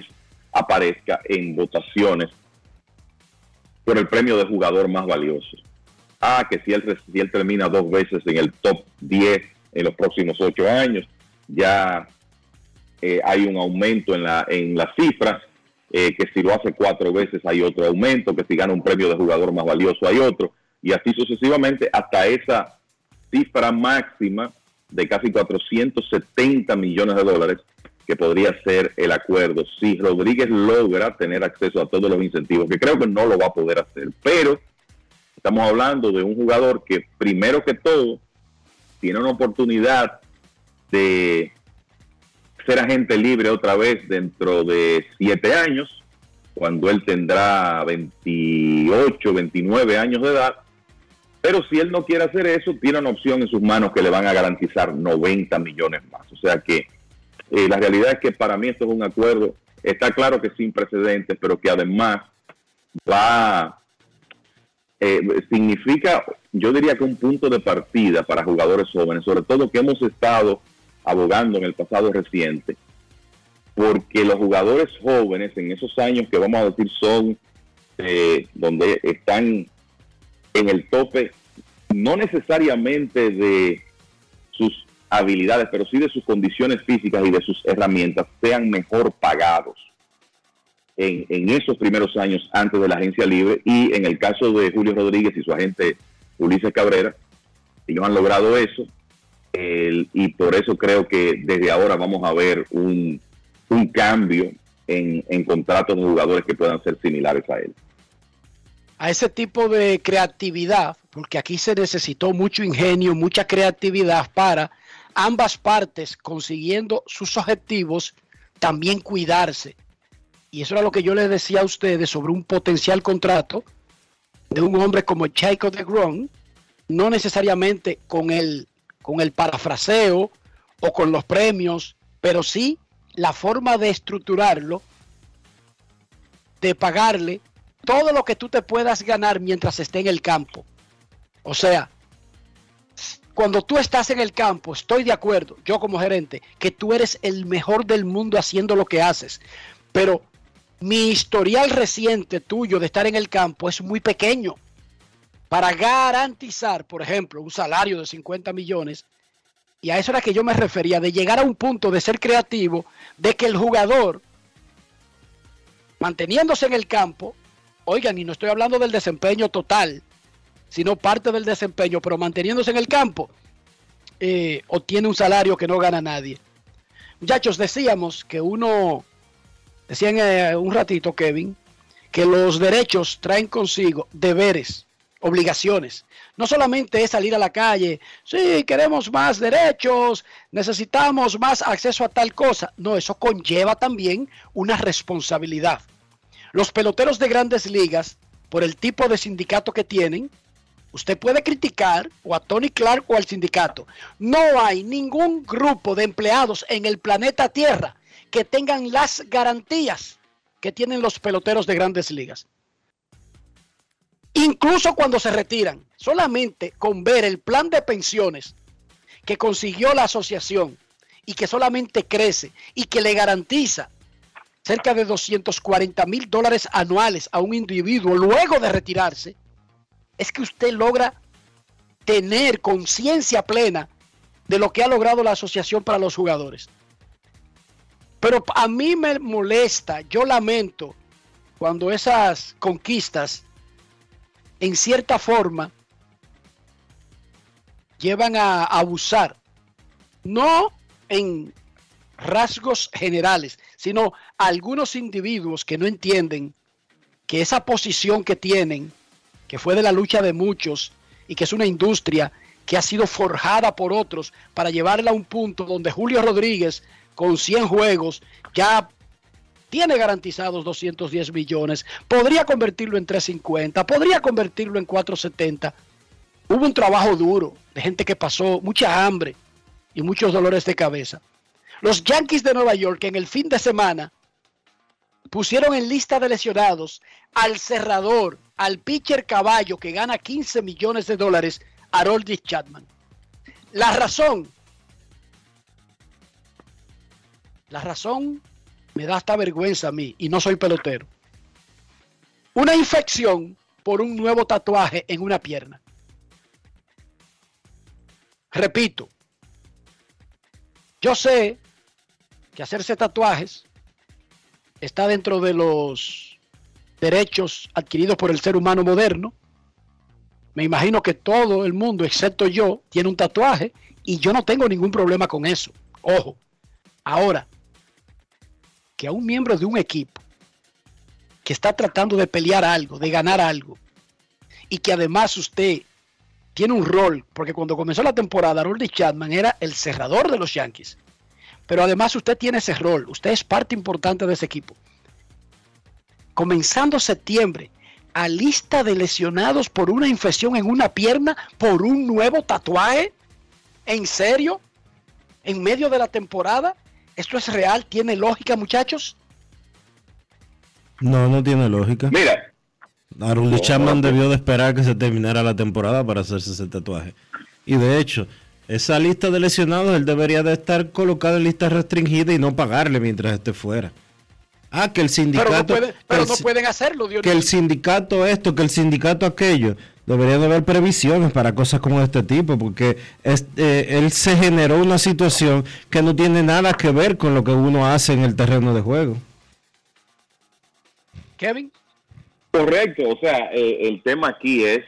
aparezca en votaciones por el premio de jugador más valioso. Que si él termina 2 veces en el top 10 en los próximos 8 años, ya hay un aumento en las cifras, que si lo hace 4 veces hay otro aumento, que si gana un premio de jugador más valioso hay otro, y así sucesivamente hasta esa cifra máxima de casi 470 millones de dólares, que podría ser el acuerdo si Rodríguez logra tener acceso a todos los incentivos, que creo que no lo va a poder hacer, pero estamos hablando de un jugador que primero que todo tiene una oportunidad de ser agente libre otra vez dentro de 7 años, cuando él tendrá 28, 29 años de edad. Pero si él no quiere hacer eso, tiene una opción en sus manos que le van a garantizar 90 millones más. O sea que la realidad es que para mí esto es un acuerdo, está claro que sin precedentes, pero que además significa, yo diría que un punto de partida para jugadores jóvenes, sobre todo que hemos estado abogando en el pasado reciente, porque los jugadores jóvenes en esos años que vamos a decir son donde están en el tope, no necesariamente de sus habilidades, pero sí de sus condiciones físicas y de sus herramientas, sean mejor pagados en esos primeros años antes de la agencia libre. Y en el caso de Julio Rodríguez y su agente Ulises Cabrera, ellos han logrado eso, y por eso creo que desde ahora vamos a ver un cambio en contratos de jugadores que puedan ser similares a él. A ese tipo de creatividad, porque aquí se necesitó mucho ingenio, mucha creatividad para ambas partes consiguiendo sus objetivos, también cuidarse. Y eso era lo que yo les decía a ustedes sobre un potencial contrato de un hombre como Jacob deGrom, no necesariamente con el parafraseo o con los premios, pero sí la forma de estructurarlo, de pagarle todo lo que tú te puedas ganar mientras esté en el campo. O sea, cuando tú estás en el campo, estoy de acuerdo, yo como gerente, que tú eres el mejor del mundo haciendo lo que haces. Pero mi historial reciente tuyo de estar en el campo es muy pequeño para garantizar, por ejemplo, un salario de 50 millones. Y a eso era que yo me refería, de llegar a un punto de ser creativo, de que el jugador, manteniéndose en el campo, oigan, y no estoy hablando del desempeño total, sino parte del desempeño, pero manteniéndose en el campo, obtiene un salario que no gana nadie. Muchachos, decíamos que decían un ratito, Kevin, que los derechos traen consigo deberes, obligaciones. No solamente es salir a la calle, sí, queremos más derechos, necesitamos más acceso a tal cosa. No, eso conlleva también una responsabilidad. Los peloteros de grandes ligas, por el tipo de sindicato que tienen, usted puede criticar o a Tony Clark o al sindicato. No hay ningún grupo de empleados en el planeta Tierra que tengan las garantías que tienen los peloteros de grandes ligas. Incluso cuando se retiran, solamente con ver el plan de pensiones que consiguió la asociación y que solamente crece y que le garantiza cerca de $240,000 anuales a un individuo luego de retirarse, es que usted logra tener conciencia plena de lo que ha logrado la asociación para los jugadores. Pero a mí me molesta, yo lamento cuando esas conquistas en cierta forma llevan a abusar, no en rasgos generales, sino algunos individuos que no entienden que esa posición que tienen, que fue de la lucha de muchos y que es una industria que ha sido forjada por otros para llevarla a un punto donde Julio Rodríguez con 100 juegos ya tiene garantizados 210 millones, podría convertirlo en 350, podría convertirlo en 470. Hubo un trabajo duro de gente que pasó mucha hambre y muchos dolores de cabeza. Los Yankees de Nueva York en el fin de semana pusieron en lista de lesionados al cerrador, al pitcher caballo que gana $15 millones, Aroldis Chapman. La razón me da hasta vergüenza a mí, y no soy pelotero. Una infección por un nuevo tatuaje en una pierna. Repito, yo sé que hacerse tatuajes está dentro de los derechos adquiridos por el ser humano moderno. Me imagino que todo el mundo, excepto yo, tiene un tatuaje y yo no tengo ningún problema con eso. Ojo, ahora, que a un miembro de un equipo que está tratando de pelear algo, de ganar algo, y que además usted tiene un rol, porque cuando comenzó la temporada, Aroldis Chapman era el cerrador de los Yankees, pero además usted tiene ese rol, usted es parte importante de ese equipo. Comenzando septiembre, a lista de lesionados por una infección en una pierna, por un nuevo tatuaje, ¿en serio? ¿En medio de la temporada? ¿Esto es real? ¿Tiene lógica, muchachos? No, no tiene lógica. Mira, Aroldis Chapman debió de esperar que se terminara la temporada para hacerse ese tatuaje. Y de hecho, esa lista de lesionados, él debería de estar colocado en lista restringida y no pagarle mientras esté fuera. Ah, que el sindicato... Pero no pueden hacerlo, Dionisio. Que el sindicato esto, que el sindicato aquello. Debería de haber previsiones para cosas como este tipo, porque él se generó una situación que no tiene nada que ver con lo que uno hace en el terreno de juego. Kevin. Correcto, o sea, el tema aquí es,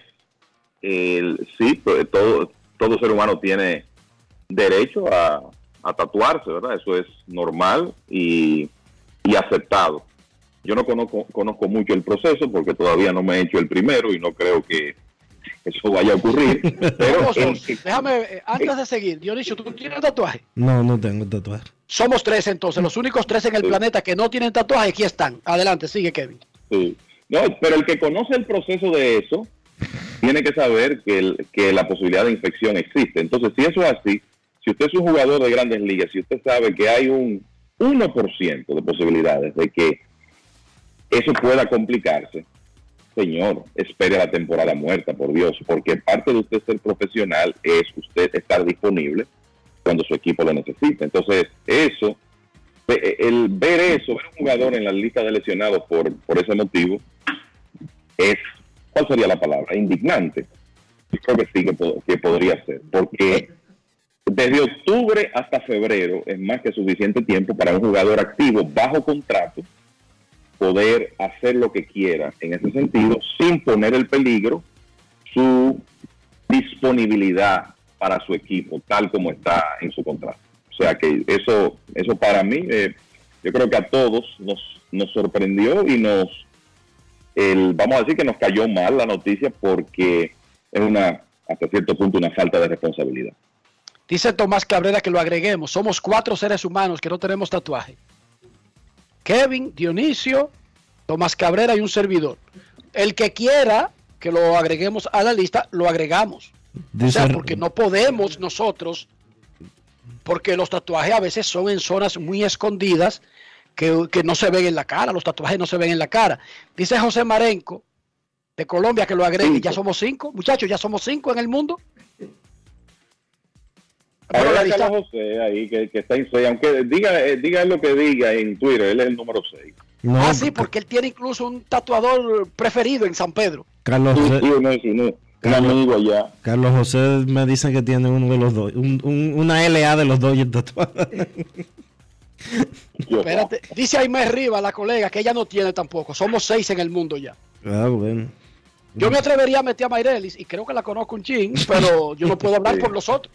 sí, todo ser humano tiene derecho a tatuarse, ¿verdad? Eso es normal y aceptado. Yo no conozco mucho el proceso porque todavía no me he hecho el primero y no creo que eso vaya a ocurrir. Pero déjame, antes de seguir, Dionisio, ¿tú tienes tatuaje? No, no tengo tatuaje. Somos 3 entonces, los únicos 3 en el planeta que no tienen tatuaje, aquí están. Adelante, sigue, Kevin. Sí. No, pero el que conoce el proceso de eso tiene que saber que la posibilidad de infección existe. Entonces, si eso es así, si usted es un jugador de Grandes Ligas, si usted sabe que hay un 1% de posibilidades de que eso pueda complicarse, señor, espere la temporada muerta, por Dios, porque parte de usted ser profesional es usted estar disponible cuando su equipo lo necesite. Entonces, eso, el ver un jugador en la lista de lesionados por ese motivo, es, ¿cuál sería la palabra? Indignante. Yo creo que sí que podría ser, porque desde octubre hasta febrero es más que suficiente tiempo para un jugador activo bajo contrato poder hacer lo que quiera en ese sentido sin poner en peligro su disponibilidad para su equipo tal como está en su contrato. O sea que eso para mí, yo creo que a todos nos sorprendió y vamos a decir que nos cayó mal la noticia porque es hasta cierto punto una falta de responsabilidad. Dice Tomás Cabrera que lo agreguemos. Somos 4 seres humanos que no tenemos tatuaje. Kevin, Dionisio, Tomás Cabrera y un servidor. El que quiera que lo agreguemos a la lista, lo agregamos. O sea, porque no podemos nosotros, porque los tatuajes a veces son en zonas muy escondidas que no se ven en la cara. Los tatuajes no se ven en la cara. Dice José Marenco de Colombia que lo agregue. 5. Ya somos 5. Muchachos, ya somos 5 en el mundo. Ahora está José ahí, que está en 6, aunque diga lo que diga en Twitter, él es el número 6. No, sí, porque él tiene incluso un tatuador preferido en San Pedro. Carlos José, amigo allá. Carlos José me dice que tiene uno de los dos, una LA de los Dodgers tatuada. Espérate, dice Aimé Rivas, la colega, que ella no tiene tampoco. Somos 6 en el mundo ya. Ah, bueno. Yo me atrevería a meter a Mayrelis y creo que la conozco un chin, pero yo no puedo hablar por los otros.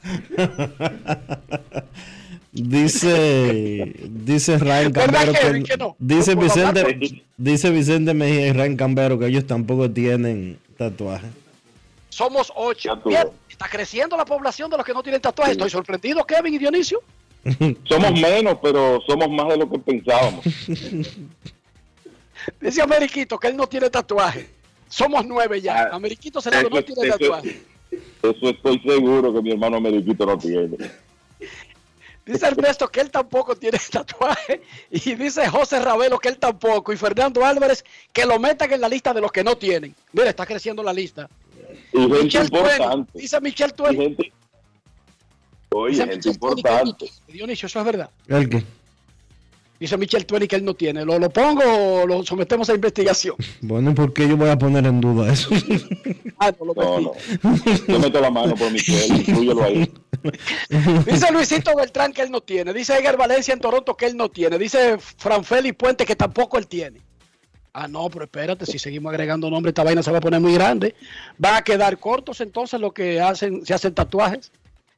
Dice Ryan Cambero que no. Dice Vicente Mejía y Ryan Cambero que ellos tampoco tienen tatuaje. Somos 8. Bien, está creciendo la población de los que no tienen tatuaje. Estoy sorprendido, Kevin y Dionisio. Somos menos, pero somos más de lo que pensábamos. Dice Ameriquito que él no tiene tatuaje. Somos 9 ya. Ameriquito Senado no tiene tatuaje. Eso estoy seguro que mi hermano Ameriquito no tiene. Dice Ernesto que él tampoco tiene tatuaje. Y dice José Ravelo que él tampoco. Y Fernando Álvarez que lo metan en la lista de los que no tienen. Mira, está creciendo la lista. Y Michelle Tueni. Dice Michelle Tueni. Oye, gente importante. Dionisio, eso es verdad. ¿El qué? Dice Michel Tueni que él no tiene. ¿Lo pongo o lo sometemos a investigación? Bueno, ¿por qué yo voy a poner en duda eso? No. Yo meto la mano por Michel, inclúyelo ahí. Dice Luisito Beltrán que él no tiene. Dice Edgar Valencia en Toronto que él no tiene. Dice Franfeli Puente que tampoco él tiene. Ah, no, pero espérate, si seguimos agregando nombres, esta vaina se va a poner muy grande. Van a quedar cortos entonces los que se hacen tatuajes.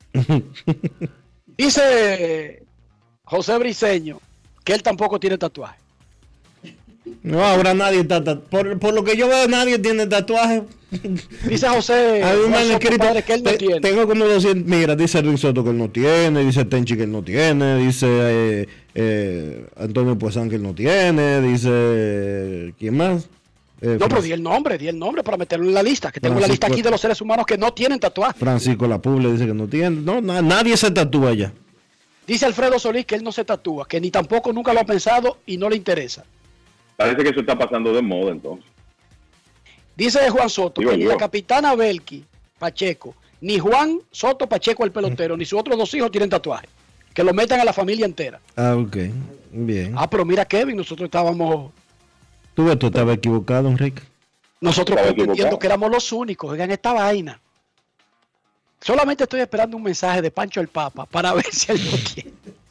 Dice José Briceño que él tampoco tiene tatuaje. No, ahora nadie está por lo que yo veo, nadie tiene tatuaje. Dice José que él no tiene. Tengo como 200. Mira, dice Luis Soto que él no tiene, dice Tenchi que él no tiene, dice Antonio Puesán que él no tiene, dice ¿quién más? No, pero di el nombre para meterlo en la lista, que tengo la lista aquí de los seres humanos que no tienen tatuaje. Francisco Lapuble dice que no tiene. No, nadie se tatúa ya. Dice Alfredo Solís que él no se tatúa, que ni tampoco nunca lo ha pensado y no le interesa. Parece que eso está pasando de moda entonces. Dice Juan Soto que ni la capitana Belki Pacheco, ni Juan Soto Pacheco el pelotero, ni sus otros 2 hijos tienen tatuaje. Que lo metan a la familia entera. Ah, ok. Bien. Ah, pero mira, Kevin, nosotros estábamos... Tú estabas equivocado, Enrique. Nosotros entendiendo que éramos los únicos en esta vaina. Solamente estoy esperando un mensaje de Pancho el Papa para ver si él no tiene.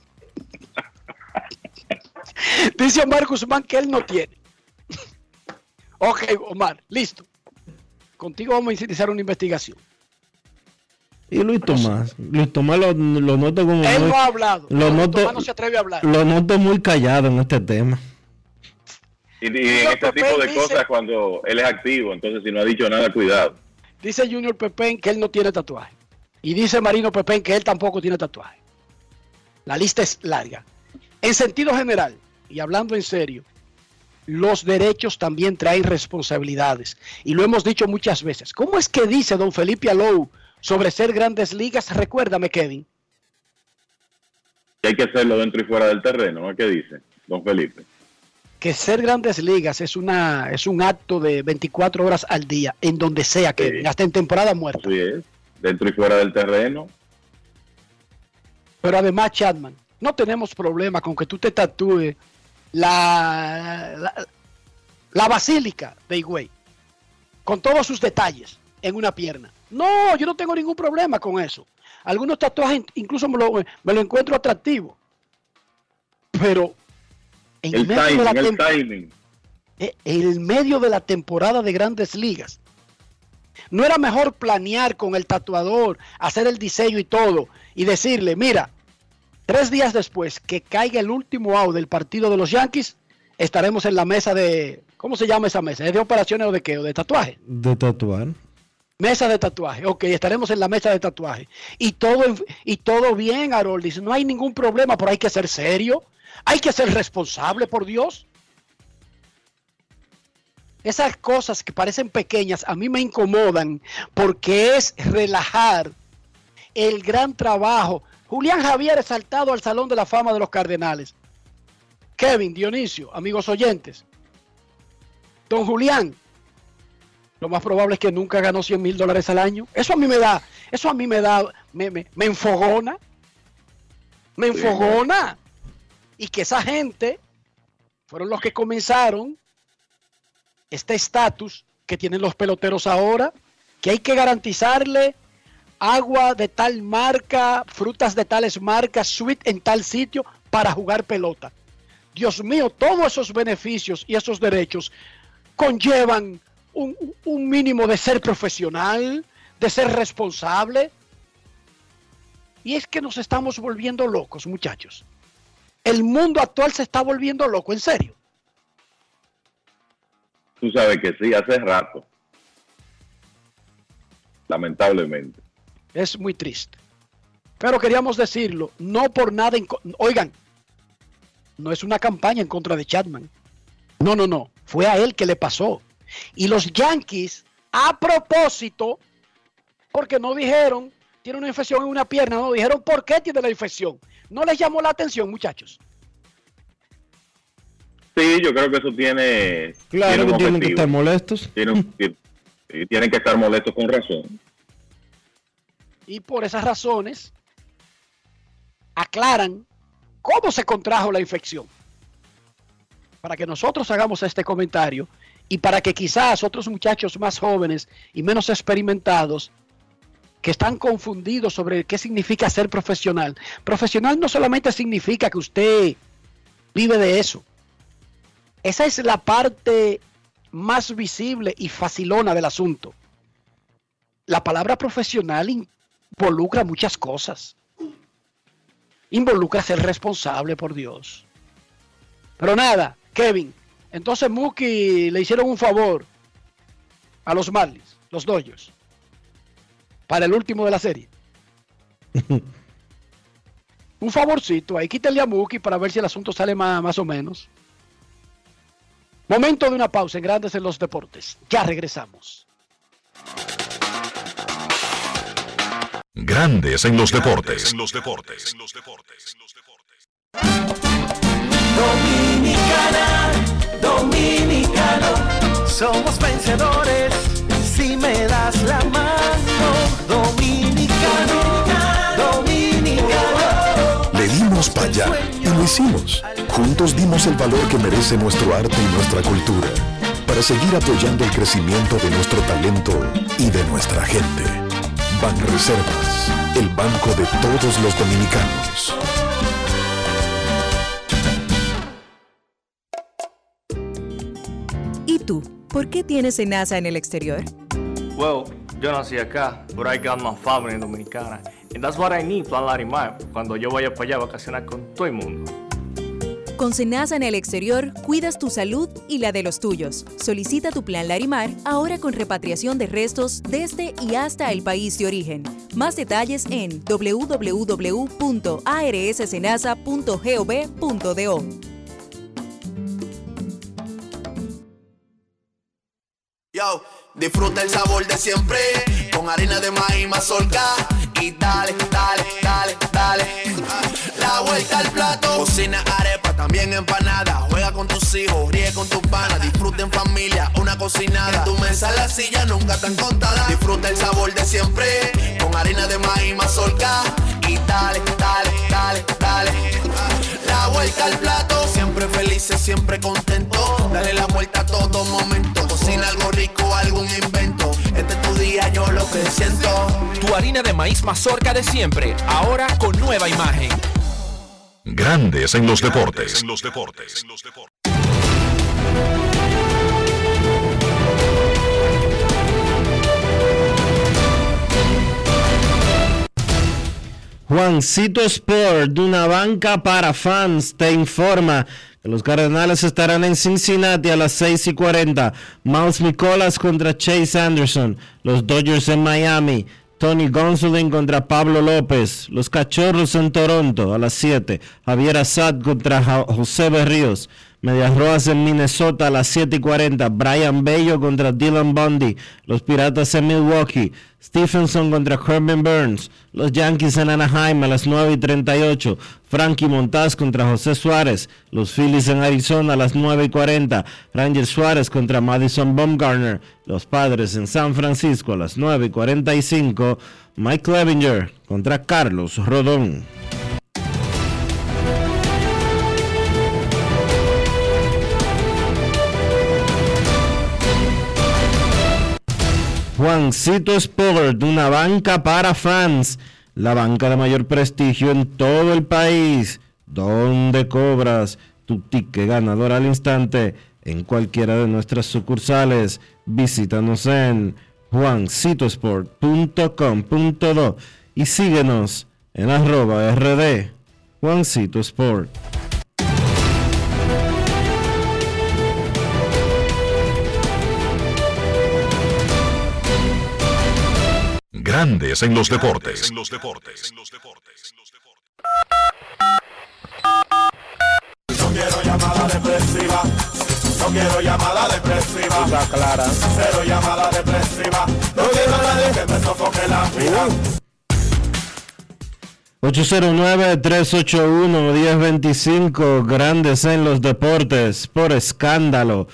Dice Omar Guzmán que él no tiene. Ok, Omar, listo. Contigo vamos a iniciar una investigación. Y Luis Tomás lo noto como... Él no ha hablado. Luis Tomás no se atreve a hablar. Lo noto muy callado en este tema. Y en este tipo de cosas cuando él es activo, entonces si no ha dicho nada, cuidado. Dice Junior Pepén que él no tiene tatuaje. Y dice Marino Pepén que él tampoco tiene tatuaje. La lista es larga. En sentido general, y hablando en serio, los derechos también traen responsabilidades. Y lo hemos dicho muchas veces. ¿Cómo es que dice don Felipe Alou sobre ser Grandes Ligas? Recuérdame, Kevin. Que hay que hacerlo dentro y fuera del terreno, ¿no? ¿Qué dice don Felipe? Que ser Grandes Ligas es un acto de 24 horas al día, en donde sea, Kevin, hasta en temporada muerta. Así es, dentro y fuera del terreno. Pero además, Chapman, no tenemos problema con que tú te tatúes la basílica de Higüey, con todos sus detalles, en una pierna. No, yo no tengo ningún problema con eso. Algunos tatuajes incluso me lo encuentro atractivo. Pero en medio de la temporada de Grandes Ligas, ¿no era mejor planear con el tatuador, hacer el diseño y todo, y decirle, mira, 3 días después que caiga el último out del partido de los Yankees, estaremos en la mesa de... ¿Cómo se llama esa mesa? ¿Es de operaciones o de qué? ¿O de tatuaje? De tatuar. Mesa de tatuaje. Ok, estaremos en la mesa de tatuaje. Y todo bien, Harold. Dice, no hay ningún problema, pero hay que ser serio. Hay que ser responsable, por Dios. Esas cosas que parecen pequeñas a mí me incomodan porque es relajar el gran trabajo. Julián Javier exaltado al Salón de la Fama de los Cardenales. Kevin, Dionisio, amigos oyentes. Don Julián, lo más probable es que nunca ganó $100,000 al año. Eso a mí me enfogona. Me enfogona. Y que esa gente fueron los que comenzaron este estatus que tienen los peloteros ahora, que hay que garantizarle agua de tal marca, frutas de tales marcas, suite en tal sitio para jugar pelota. Dios mío, todos esos beneficios y esos derechos conllevan un mínimo de ser profesional, de ser responsable. Y es que nos estamos volviendo locos, muchachos. El mundo actual se está volviendo loco, en serio. Tú sabes que sí, hace rato. Lamentablemente. Es muy triste. Pero queríamos decirlo, no por nada. Oigan, no es una campaña en contra de Chapman. No. Fue a él que le pasó. Y los Yankees, a propósito, porque no dijeron, tiene una infección en una pierna, no dijeron por qué tiene la infección. ¿No les llamó la atención, muchachos? Sí, yo creo que eso tiene... Claro que tienen que estar molestos. Tienen que estar molestos con razón. Y por esas razones, aclaran cómo se contrajo la infección. para que nosotros hagamos este comentario y para que quizás otros muchachos más jóvenes y menos experimentados que están confundidos sobre qué significa ser profesional. Profesional no solamente significa que usted vive de eso. Esa es la parte más visible y facilona del asunto. La palabra profesional involucra muchas cosas. Involucra ser responsable, por Dios. Pero nada, Kevin, entonces Mookie le hicieron un favor a los Marlins, los Dodgers, para el último de la serie. Un favorcito, ahí quítale a Mookie para ver si el asunto sale más o menos. Momento de una pausa en Grandes en los Deportes. Ya regresamos. Grandes en los deportes. Dominicana, dominicano, somos vencedores si me das la mano. Dominicano, dominicano. Le dimos para allá y lo hicimos. Juntos dimos el valor que merece nuestro arte y nuestra cultura para seguir apoyando el crecimiento de nuestro talento y de nuestra gente. Banreservas, el banco de todos los dominicanos. ¿Y tú? ¿Por qué tienes SENASA en el exterior? Well, yo nací acá, but I got my family dominicana. And that's what I need, Plan Larimar, cuando yo vaya para allá a vacacionar con todo el mundo. Con SENASA en el exterior, cuidas tu salud y la de los tuyos. Solicita tu plan Larimar ahora con repatriación de restos desde y hasta el país de origen. Más detalles en www.arssenasa.gov.do. Yo, disfruta el sabor de siempre con harina de maíz mazorca y dale, dale, dale, dale. La vuelta al plato, cocina arepa, también empanada. Juega con tus hijos, ríe con tus panas, disfruta en familia, una cocinada. En tu mesa la silla nunca tan contada. Disfruta el sabor de siempre con harina de maíz mazorca y dale, dale, dale, dale. La vuelta al plato, siempre felices, siempre contentos. Dale la vuelta a todo momento. Cocina algo rico, algún invento. Este es tu día, yo lo que siento. Tu harina de maíz mazorca de siempre, ahora con nueva imagen. Grandes en los deportes. Juancito Sport, de una banca para fans, te informa que los Cardenales estarán en Cincinnati a las 6:40. Miles Mikolas contra Chase Anderson. Los Dodgers en Miami. Tony Gonsolin contra Pablo López. Los Cachorros en Toronto a las 7. Javier Assad contra José Berríos. Medias Rojas en Minnesota a las 7:40. Brian Bello contra Dylan Bundy. Los Piratas en Milwaukee. Stephenson contra Corbin Burns. Los Yankees en Anaheim a las 9:38. Frankie Montaz contra José Suárez. Los Phillies en Arizona a las 9:40. Ranger Suárez contra Madison Bumgarner. Los Padres en San Francisco a las 9:45. Mike Clevinger contra Carlos Rodón. Juancito Sport, una banca para fans, la banca de mayor prestigio en todo el país, donde cobras tu ticket ganador al instante en cualquiera de nuestras sucursales. Visítanos en juancitosport.com.do y síguenos en @RD Juancito Sport. Grandes en los deportes. No quiero llamada depresiva. No quiero llamada depresiva. Está clara. Cero llamada depresiva. No quiero nadie que me sofoque la vida. 809-381-1025, Grandes en los Deportes, por Escándalo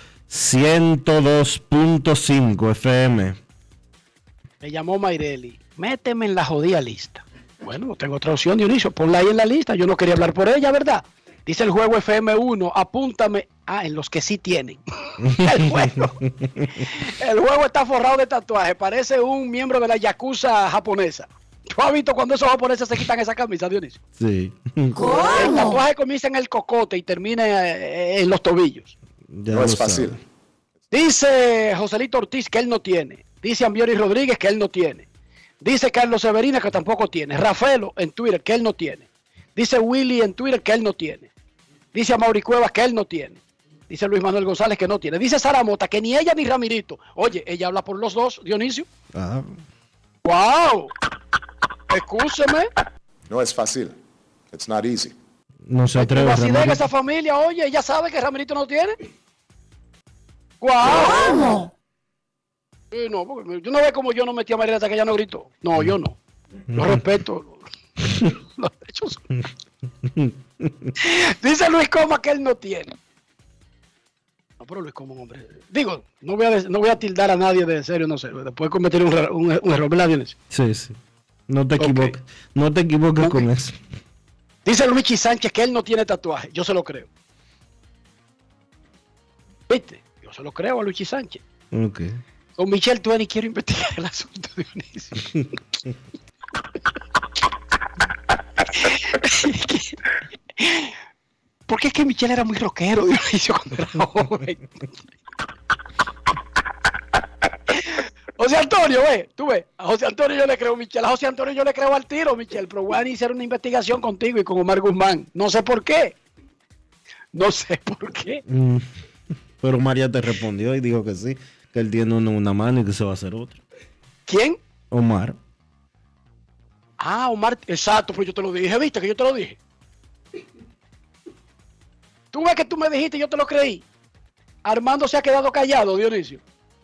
102.5 FM. Me llamó Mayreli, méteme en la jodida lista. Bueno, no tengo otra opción, Dionisio, ponla ahí en la lista. Yo no quería hablar por ella, ¿verdad? Dice el juego FM1, apúntame. En los que sí tienen. El juego está forrado de tatuajes. Parece un miembro de la yakuza japonesa. ¿Tú has visto cuando esos japoneses se quitan esa camisa, Dionisio? Sí. ¿Cómo? El tatuaje comienza en el cocote y termina en los tobillos. No es fácil. Dice Joselito Ortiz que él no tiene. Dice Ambiori Rodríguez que él no tiene. Dice Carlos Severina que tampoco tiene. Rafaelo en Twitter que él no tiene. Dice Willy en Twitter que él no tiene. Dice Amaury Cuevas que él no tiene. Dice Luis Manuel González que no tiene. Dice Sara Mota que ni ella ni Ramirito. Oye, ella habla por los dos, Dionisio. ¡Wow! Escúcheme. No es fácil. It's not easy. No se atreve. Si de esa familia, oye, ella sabe que Ramirito no tiene. ¡Wow! No, porque yo no veo como yo no metí a María hasta que ella no gritó. No, yo no. Yo respeto los hechos. Dice Luis Coma que él no tiene. No, pero Luis Coma, hombre. Digo, no voy a tildar a nadie de serio, no sé. Después cometer un error, ¿verdad, Dionisio? Sí. No te equivoques. Okay. No te equivoques con eso. Dice Luigi Sánchez que él no tiene tatuaje. Yo se lo creo. ¿Viste? Yo se lo creo a Luigi Sánchez. Ok. Con Michelle Tueni quiero investigar el asunto de Dionisio. Porque es que Michelle era muy rockero, Dionisio, cuando era joven. José Antonio, tú ves, a José Antonio yo le creo, Michelle, a José Antonio yo le creo al tiro, Michelle, pero voy a iniciar una investigación contigo y con Omar Guzmán. No sé por qué. Pero María te respondió y dijo que sí, que él tiene una mano y que se va a hacer otra. ¿Quién? Omar. Omar, exacto, pues yo te lo dije, ¿viste? Que yo te lo dije. Tú ves que tú me dijiste y yo te lo creí. Armando se ha quedado callado, Dionisio.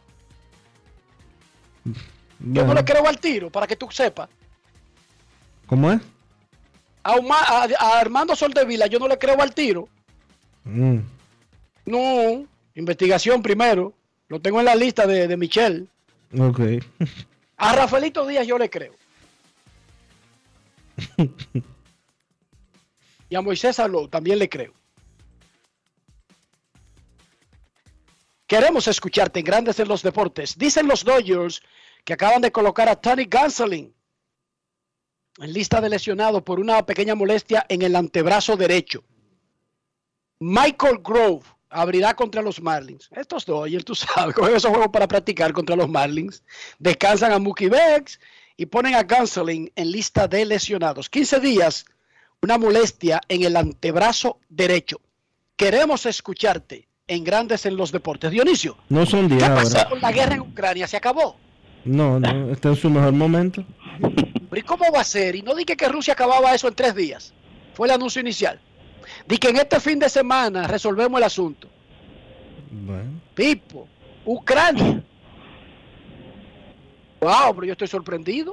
Yo no le creo al tiro, para que tú sepas. ¿Cómo es? A Armando Soldevila yo no le creo al tiro. No, investigación primero. Lo tengo en la lista de Michelle. Ok. A Rafaelito Díaz yo le creo. Y a Moisés Saló también le creo. Queremos escucharte en Grandes en los Deportes. Dicen los Dodgers que acaban de colocar a Tony Gonsolin en lista de lesionados por una pequeña molestia en el antebrazo derecho. Michael Grove abrirá contra los Marlins. Estos Dodgers, tú sabes, cogen esos juegos para practicar contra los Marlins. Descansan a Mookie Betts y ponen a Gonsolin en lista de lesionados. 15 días, una molestia en el antebrazo derecho. Queremos escucharte en Grandes en los Deportes. Dionisio, no son días. ¿Qué pasó con la guerra en Ucrania? ¿Se acabó? No, está en su mejor momento. ¿Pero y cómo va a ser? Y no dije que Rusia acababa eso en 3 días. Fue el anuncio inicial. Di que en este fin de semana resolvemos el asunto. Bueno. Pipo, Ucrania. Wow, pero yo estoy sorprendido.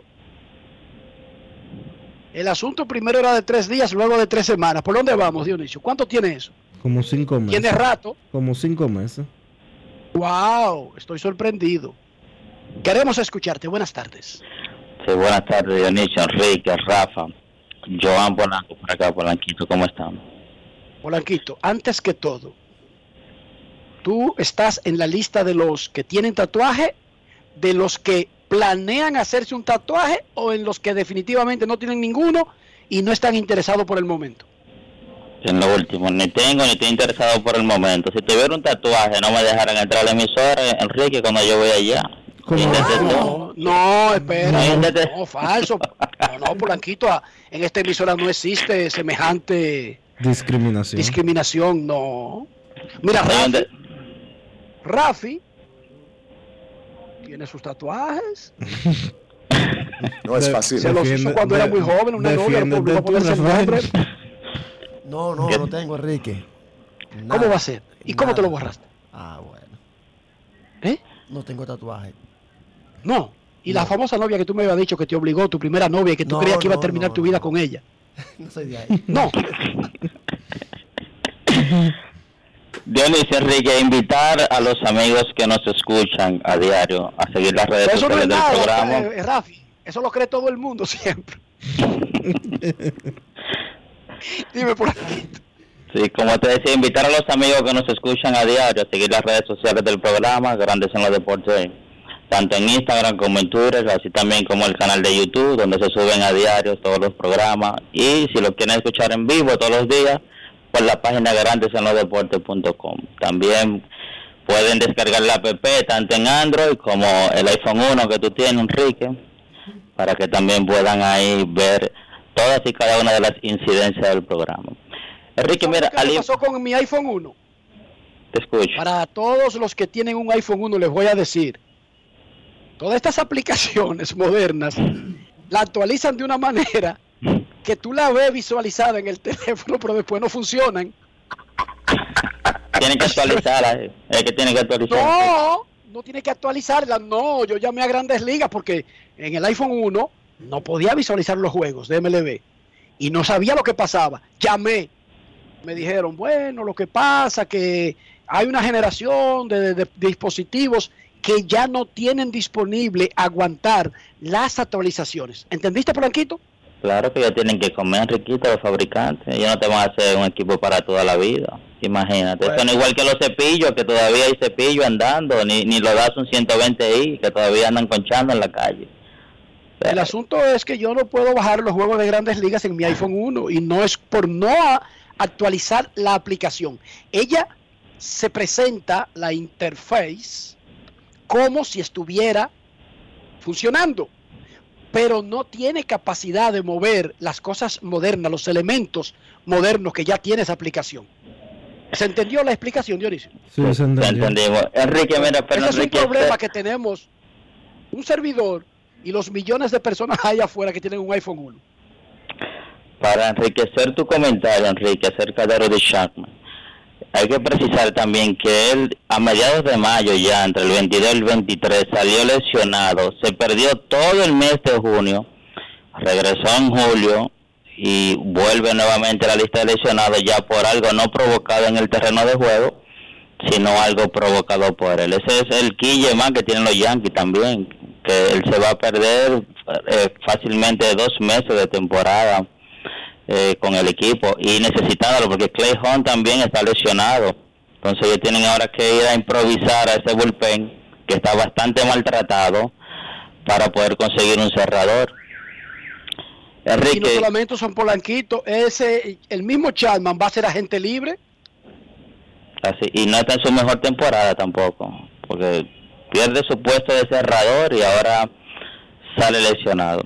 El asunto primero era de 3 días, luego de 3 semanas. ¿Por dónde vamos, Dionisio? ¿Cuánto tiene eso? Como 5 meses. ¿Tiene rato? Como 5 meses. Wow, estoy sorprendido. Queremos escucharte. Buenas tardes. Sí, buenas tardes, Dionisio, Enrique, Rafa, Joan Polanco, por acá, Polanquito, ¿cómo estamos? Polanquito, antes que todo, ¿tú estás en la lista de los que tienen tatuaje, de los que planean hacerse un tatuaje o en los que definitivamente no tienen ninguno y no están interesados por el momento? En lo último, ni tengo ni estoy interesado por el momento. Si tuviera un tatuaje no me dejaran entrar a la emisora, Enrique, cuando yo voy allá. No, espera, no, falso. No, Polanquito, en esta emisora no existe semejante discriminación, no. Mira, Rafi tiene sus tatuajes. No es fácil. Se los hizo cuando era muy joven, una novia, no volvió a ponerse el nombre. No tengo, Enrique. Nada. ¿Cómo va a ser? ¿Y cómo te lo borraste? Bueno. No tengo tatuaje. No. Y la famosa novia que tú me habías dicho que te obligó, tu primera novia, y que tú creías que iba a terminar tu vida con ella. No soy de ahí. No. Dionisio, Enrique, invitar a los amigos que nos escuchan a diario a seguir las redes sociales del programa. Rafi, eso lo cree todo el mundo siempre. Dime por aquí. Sí, como te decía, invitar a los amigos que nos escuchan a diario a seguir las redes sociales del programa, Grandes en los Deportes, tanto en Instagram como en Twitter, así también como el canal de YouTube, donde se suben a diario todos los programas. Y si lo quieren escuchar en vivo todos los días, por la página grandesenlosdeportes.com. También pueden descargar la app tanto en Android como el iPhone 1 que tú tienes, Enrique, para que también puedan ahí ver todas y cada una de las incidencias del programa. Enrique, mira, ¿qué pasó con mi iPhone 1? Te escucho. Para todos los que tienen un iPhone 1 les voy a decir, todas estas aplicaciones modernas la actualizan de una manera que tú la ves visualizada en el teléfono, pero después no funcionan. Tienen que actualizarla, es que tienen que actualizarla. No tiene que actualizarla, no, yo llamé a Grandes Ligas porque en el iPhone 1 no podía visualizar los juegos de MLB y no sabía lo que pasaba. Llamé, me dijeron, bueno, lo que pasa que hay una generación de dispositivos que ya no tienen disponible aguantar las actualizaciones. ¿Entendiste, Polanquito? Claro que ya tienen que comer, Enriquito, los fabricantes. Ellos no te van a hacer un equipo para toda la vida. Imagínate. Bueno. Son igual que los cepillos, que todavía hay cepillos andando, ni lo das un 120i, que todavía andan conchando en la calle. Pero el asunto es que yo no puedo bajar los juegos de Grandes Ligas en mi iPhone 1 y no es por no actualizar la aplicación. Ella se presenta la interface como si estuviera funcionando, pero no tiene capacidad de mover las cosas modernas, los elementos modernos que ya tiene esa aplicación. ¿Se entendió la explicación, Dionisio? Sí, se entendió. Enrique, mira, pero ese es un problema que tenemos, un servidor y los millones de personas allá afuera que tienen un iPhone 1. Para enriquecer tu comentario, Enrique, acerca de Rudy Chapman, hay que precisar también que él, a mediados de mayo ya, entre el 22 y el 23, salió lesionado, se perdió todo el mes de junio, regresó en julio y vuelve nuevamente a la lista de lesionados ya por algo no provocado en el terreno de juego, sino algo provocado por él. Ese es el quille más que tienen los Yankees también, que él se va a perder fácilmente 2 meses de temporada con el equipo y necesitándolo porque Clay Hunt también está lesionado. Entonces ellos tienen ahora que ir a improvisar a ese bullpen que está bastante maltratado para poder conseguir un cerrador. Enrique, y no solamente son Polanquito, el mismo Chapman va a ser agente libre. Así, y no está en su mejor temporada tampoco, porque pierde su puesto de cerrador y ahora sale lesionado.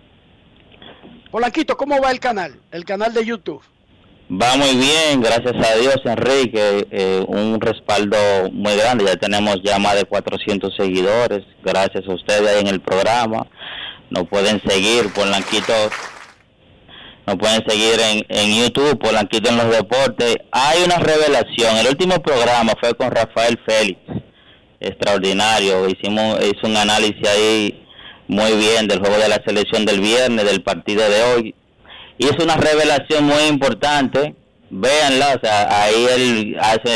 Polanquito, ¿cómo va el canal de YouTube? Va muy bien, gracias a Dios, Enrique, un respaldo muy grande, ya tenemos ya más de 400 seguidores, gracias a ustedes ahí en el programa. Nos pueden seguir, Polanquito, nos pueden seguir en YouTube, Polanquito en los Deportes. Hay una revelación, el último programa fue con Rafael Félix, extraordinario, hizo un análisis ahí muy bien del juego de la selección del viernes, del partido de hoy. Hizo una revelación muy importante, véanla, o sea, ahí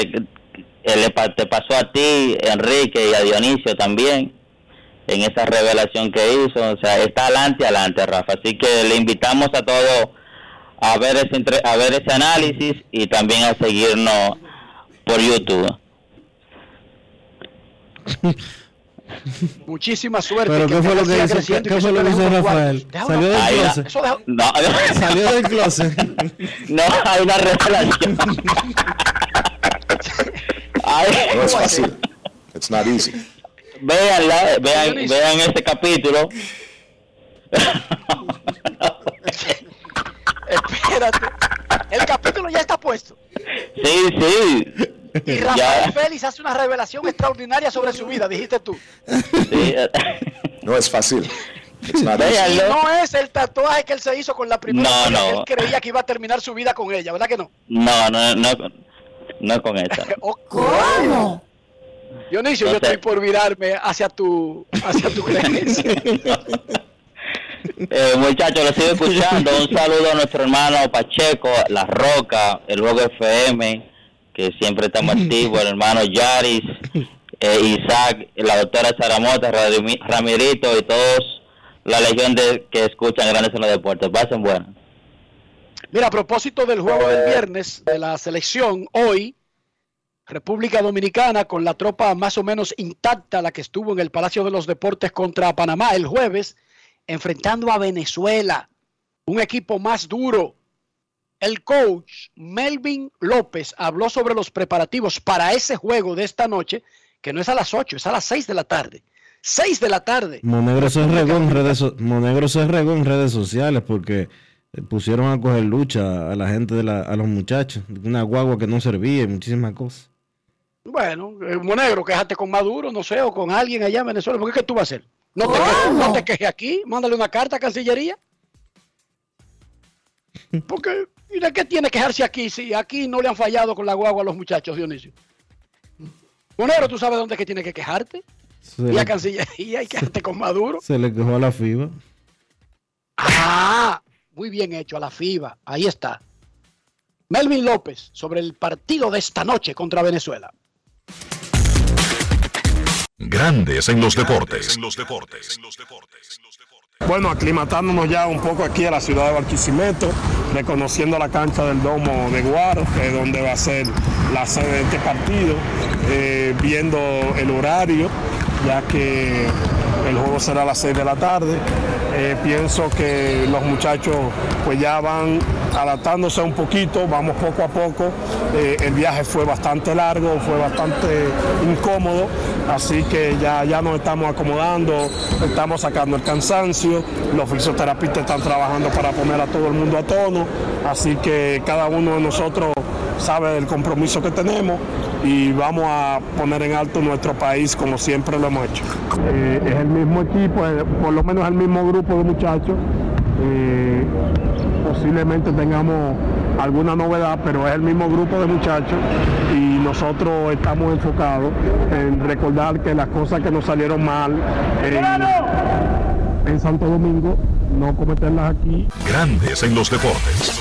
te pasó a ti, Enrique, y a Dionisio también, en esa revelación que hizo, o sea, está adelante, Rafa. Así que le invitamos a todos a ver ese análisis y también a seguirnos por YouTube. Muchísima suerte. Pero ¿qué fue lo que hizo? ¿Qué fue lo que hizo Rafael? ¿Salió del closet? No, ¿Salió del closet? No, hay una revelación. No es fácil. It's not easy. Véanla, vean ese capítulo. Espérate. El capítulo ya está puesto. Sí. Y Rafael Félix hace una revelación extraordinaria sobre su vida, dijiste tú. Sí. No es fácil. No es el tatuaje que él se hizo con la primera mujer que él creía que iba a terminar su vida con ella, ¿verdad que no? No con esa. ¿Cómo? Dionisio, yo estoy por virarme hacia tu creencia. Muchachos, lo sigo escuchando. Un saludo a nuestro hermano Pacheco, La Roca, el Juego FM, que siempre estamos activos, el hermano Yaris, Isaac, la doctora Saramota, Ramirito y todos la legión que escuchan Grandes en los Deportes. Pasen buenas. Mira, a propósito del juego del viernes de la selección, hoy República Dominicana con la tropa más o menos intacta, la que estuvo en el Palacio de los Deportes contra Panamá el jueves, enfrentando a Venezuela, un equipo más duro. El coach Melvin López habló sobre los preparativos para ese juego de esta noche, que no es a las 8, es a las 6 de la tarde. 6 de la tarde. Monegro se regó en redes sociales porque pusieron a coger lucha a la gente, a los muchachos. Una guagua que no servía y muchísimas cosas. Bueno, Monegro, quéjate con Maduro, no sé, o con alguien allá en Venezuela. ¿Por qué tú vas a hacer? No te quejes aquí, mándale una carta a Cancillería. Porque, ¿y de qué tiene que quejarse aquí si aquí no le han fallado con la guagua a los muchachos, Dionisio? Monegro, ¿tú sabes dónde es que tiene que quejarte? Y a Cancillería y quejarte con Maduro. Se le quejó a la FIBA. Ah, muy bien hecho, a la FIBA. Ahí está. Melvin López sobre el partido de esta noche contra Venezuela. Grandes en los deportes. Bueno, aclimatándonos ya un poco aquí a la ciudad de Barquisimeto, reconociendo la cancha del Domo de Guaro, que es donde va a ser la sede de este partido, viendo el horario, ya que el juego será a las 6 de la tarde. Pienso que los muchachos pues ya van adaptándose un poquito, vamos poco a poco. El viaje fue bastante largo, fue bastante incómodo, así que ya nos estamos acomodando, estamos sacando el cansancio, los fisioterapistas están trabajando para poner a todo el mundo a tono, así que cada uno de nosotros sabe el compromiso que tenemos y vamos a poner en alto nuestro país como siempre lo hemos hecho. Es el mismo equipo, por lo menos el mismo grupo de muchachos. Posiblemente tengamos alguna novedad, pero es el mismo grupo de muchachos y nosotros estamos enfocados en recordar que las cosas que nos salieron mal en Santo Domingo, no cometerlas aquí. Grandes en los deportes.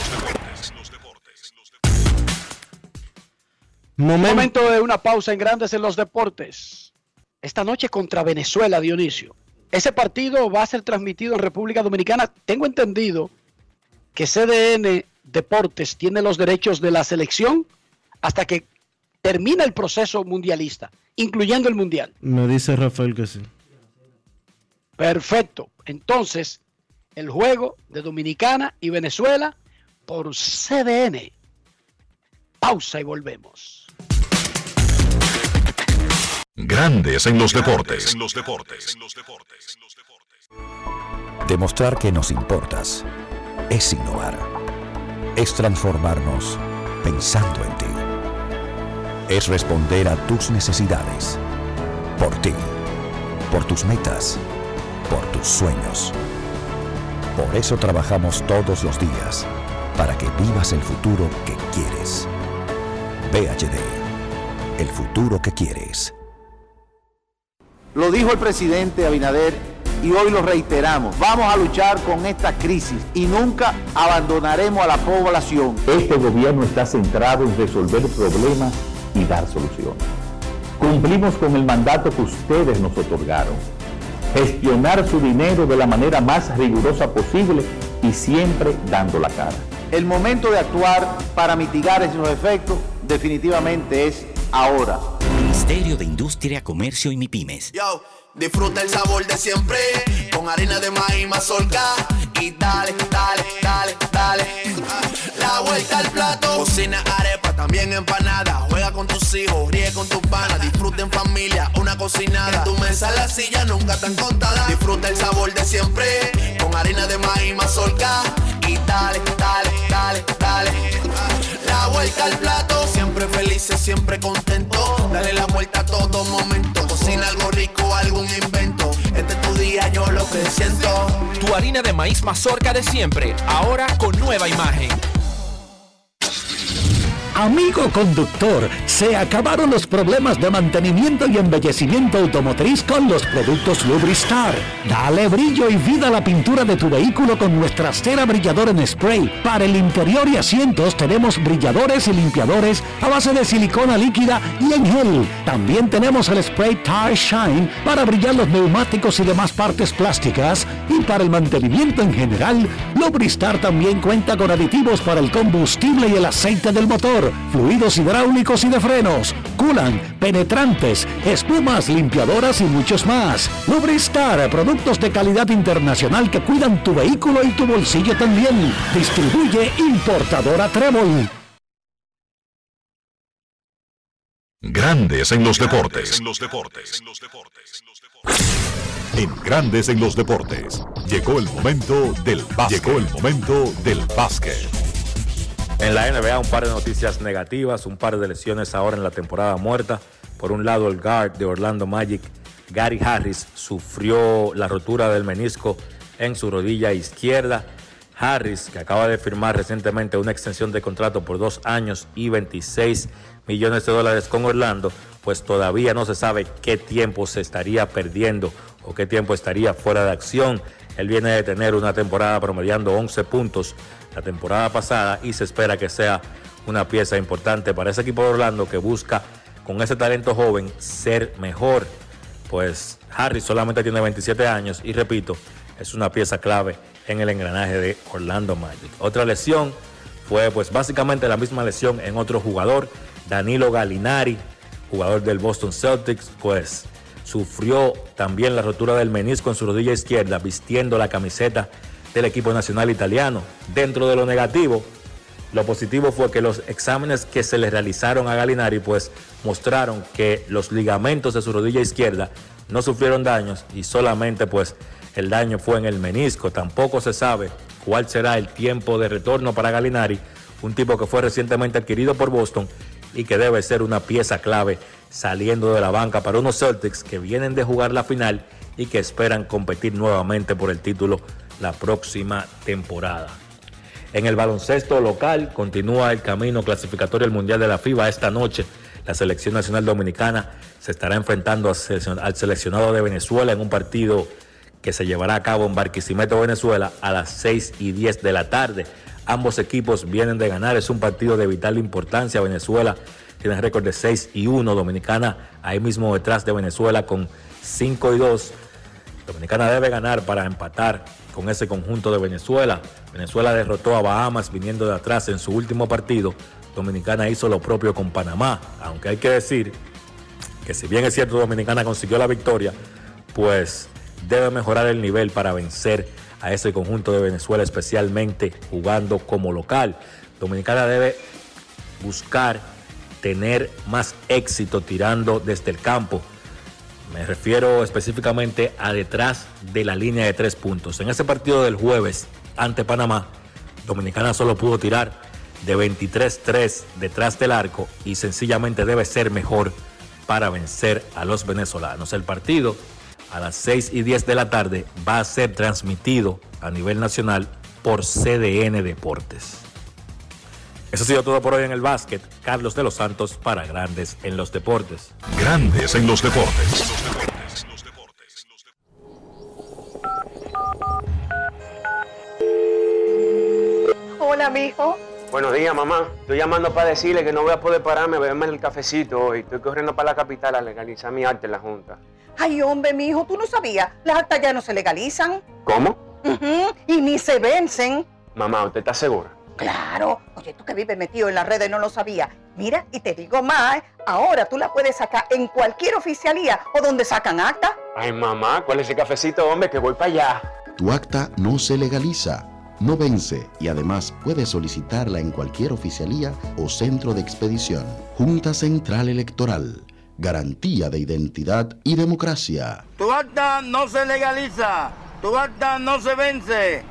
Momento de una pausa en Grandes en los Deportes. Esta noche contra Venezuela, Dionisio. Ese partido va a ser transmitido en República Dominicana. Tengo entendido que CDN Deportes tiene los derechos de la selección hasta que termina el proceso mundialista, incluyendo el mundial. Me dice Rafael que sí. Perfecto. Entonces, el juego de Dominicana y Venezuela por CDN. Pausa y volvemos. Grandes en los deportes. Demostrar que nos importas es innovar. Es transformarnos pensando en ti. Es responder a tus necesidades. Por ti. Por tus metas. Por tus sueños. Por eso trabajamos todos los días. Para que vivas el futuro que quieres. PHD. El futuro que quieres. Lo dijo el presidente Abinader y hoy lo reiteramos. Vamos a luchar con esta crisis y nunca abandonaremos a la población. Este gobierno está centrado en resolver problemas y dar soluciones. Cumplimos con el mandato que ustedes nos otorgaron. Gestionar su dinero de la manera más rigurosa posible y siempre dando la cara. El momento de actuar para mitigar esos efectos definitivamente es ahora. Ministerio de Industria, Comercio y MIPYMES. Yo, disfruta el sabor de siempre con harina de maíz mazorca y dale, dale, dale, dale. La vuelta al plato. Cocina arepa, también empanada. Juega con tus hijos, ríe con tus panas. Disfruta en familia, una cocinada. En tu mesa la silla nunca tan contada. Disfruta el sabor de siempre con harina de maíz mazorca y dale, dale, dale, dale. La vuelta al plato. Siempre felices, siempre contento. Dale la vuelta a todo momento. Cocina algo rico, algún invento. Este es tu día, yo lo que siento. Tu harina de maíz mazorca de siempre, ahora con nueva imagen. Amigo conductor, se acabaron los problemas de mantenimiento y embellecimiento automotriz con los productos Lubristar. Dale brillo y vida a la pintura de tu vehículo con nuestra cera brilladora en spray. Para el interior y asientos tenemos brilladores y limpiadores a base de silicona líquida y en gel. También tenemos el spray Tire Shine para brillar los neumáticos y demás partes plásticas. Y para el mantenimiento en general, Lubristar también cuenta con aditivos para el combustible y el aceite del motor, fluidos hidráulicos y de frenos, culan, penetrantes, espumas, limpiadoras y muchos más. Lubristar, productos de calidad internacional que cuidan tu vehículo y tu bolsillo también. Distribuye importadora Trébol. Grandes en los deportes. En Grandes en los deportes. Llegó el momento del básquet. En la NBA un par de noticias negativas, un par de lesiones ahora en la temporada muerta. Por un lado, el guard de Orlando Magic, Gary Harris, sufrió la rotura del menisco en su rodilla izquierda. Harris, que acaba de firmar recientemente una extensión de contrato por 2 años y $26 millones con Orlando, pues todavía no se sabe qué tiempo se estaría perdiendo o qué tiempo estaría fuera de acción. Él viene de tener una temporada promediando 11 puntos la temporada pasada y se espera que sea una pieza importante para ese equipo de Orlando que busca con ese talento joven ser mejor. Pues Harris solamente tiene 27 años y repito, es una pieza clave en el engranaje de Orlando Magic. Otra lesión fue pues básicamente la misma lesión en otro jugador, Danilo Gallinari, jugador del Boston Celtics, pues sufrió también la rotura del menisco en su rodilla izquierda vistiendo la camiseta del equipo nacional italiano. Dentro de lo negativo, lo positivo fue que los exámenes que se le realizaron a Gallinari pues mostraron que los ligamentos de su rodilla izquierda no sufrieron daños y solamente pues el daño fue en el menisco. Tampoco se sabe cuál será el tiempo de retorno para Gallinari, un tipo que fue recientemente adquirido por Boston y que debe ser una pieza clave saliendo de la banca para unos Celtics que vienen de jugar la final y que esperan competir nuevamente por el título la próxima temporada. En el baloncesto local continúa el camino clasificatorio del Mundial de la FIBA. Esta noche la Selección Nacional Dominicana se estará enfrentando al seleccionado de Venezuela en un partido que se llevará a cabo en Barquisimeto, Venezuela, a las 6:10 de la tarde. Ambos equipos vienen de ganar, es un partido de vital importancia. Venezuela tiene récord de 6-1, Dominicana ahí mismo detrás de Venezuela con 5-2. Dominicana debe ganar para empatar con ese conjunto de Venezuela. Venezuela derrotó a Bahamas viniendo de atrás en su último partido. Dominicana hizo lo propio con Panamá, aunque hay que decir que si bien es cierto Dominicana consiguió la victoria, pues debe mejorar el nivel para vencer a ese conjunto de Venezuela, especialmente jugando como local. Dominicana debe buscar tener más éxito tirando desde el campo. Me refiero específicamente a detrás de la línea de 3 puntos. En ese partido del jueves ante Panamá, Dominicana solo pudo tirar de 23-3 detrás del arco y sencillamente debe ser mejor para vencer a los venezolanos. El partido a las 6:10 de la tarde va a ser transmitido a nivel nacional por CDN Deportes. Eso ha sido todo por hoy en el básquet. Carlos de los Santos para Grandes en los Deportes. Grandes en los Deportes. Hola, mijo. Buenos días, mamá. Estoy llamando para decirle que no voy a poder pararme a beberme el cafecito hoy. Estoy corriendo para la capital a legalizar mi acta en la Junta. Ay, hombre, mijo, ¿tú no sabías? Las actas ya no se legalizan. ¿Cómo? Y ni se vencen. Mamá, ¿usted está segura? Claro. Oye, tú que vives metido en las redes no lo sabías. Mira, y te digo más, ahora tú la puedes sacar en cualquier oficialía o donde sacan acta. Ay, mamá, ¿cuál es ese cafecito, hombre? Que voy para allá. Tu acta no se legaliza, no vence y además puedes solicitarla en cualquier oficialía o centro de expedición. Junta Central Electoral. Garantía de identidad y democracia. Tu acta no se legaliza. Tu acta no se vence.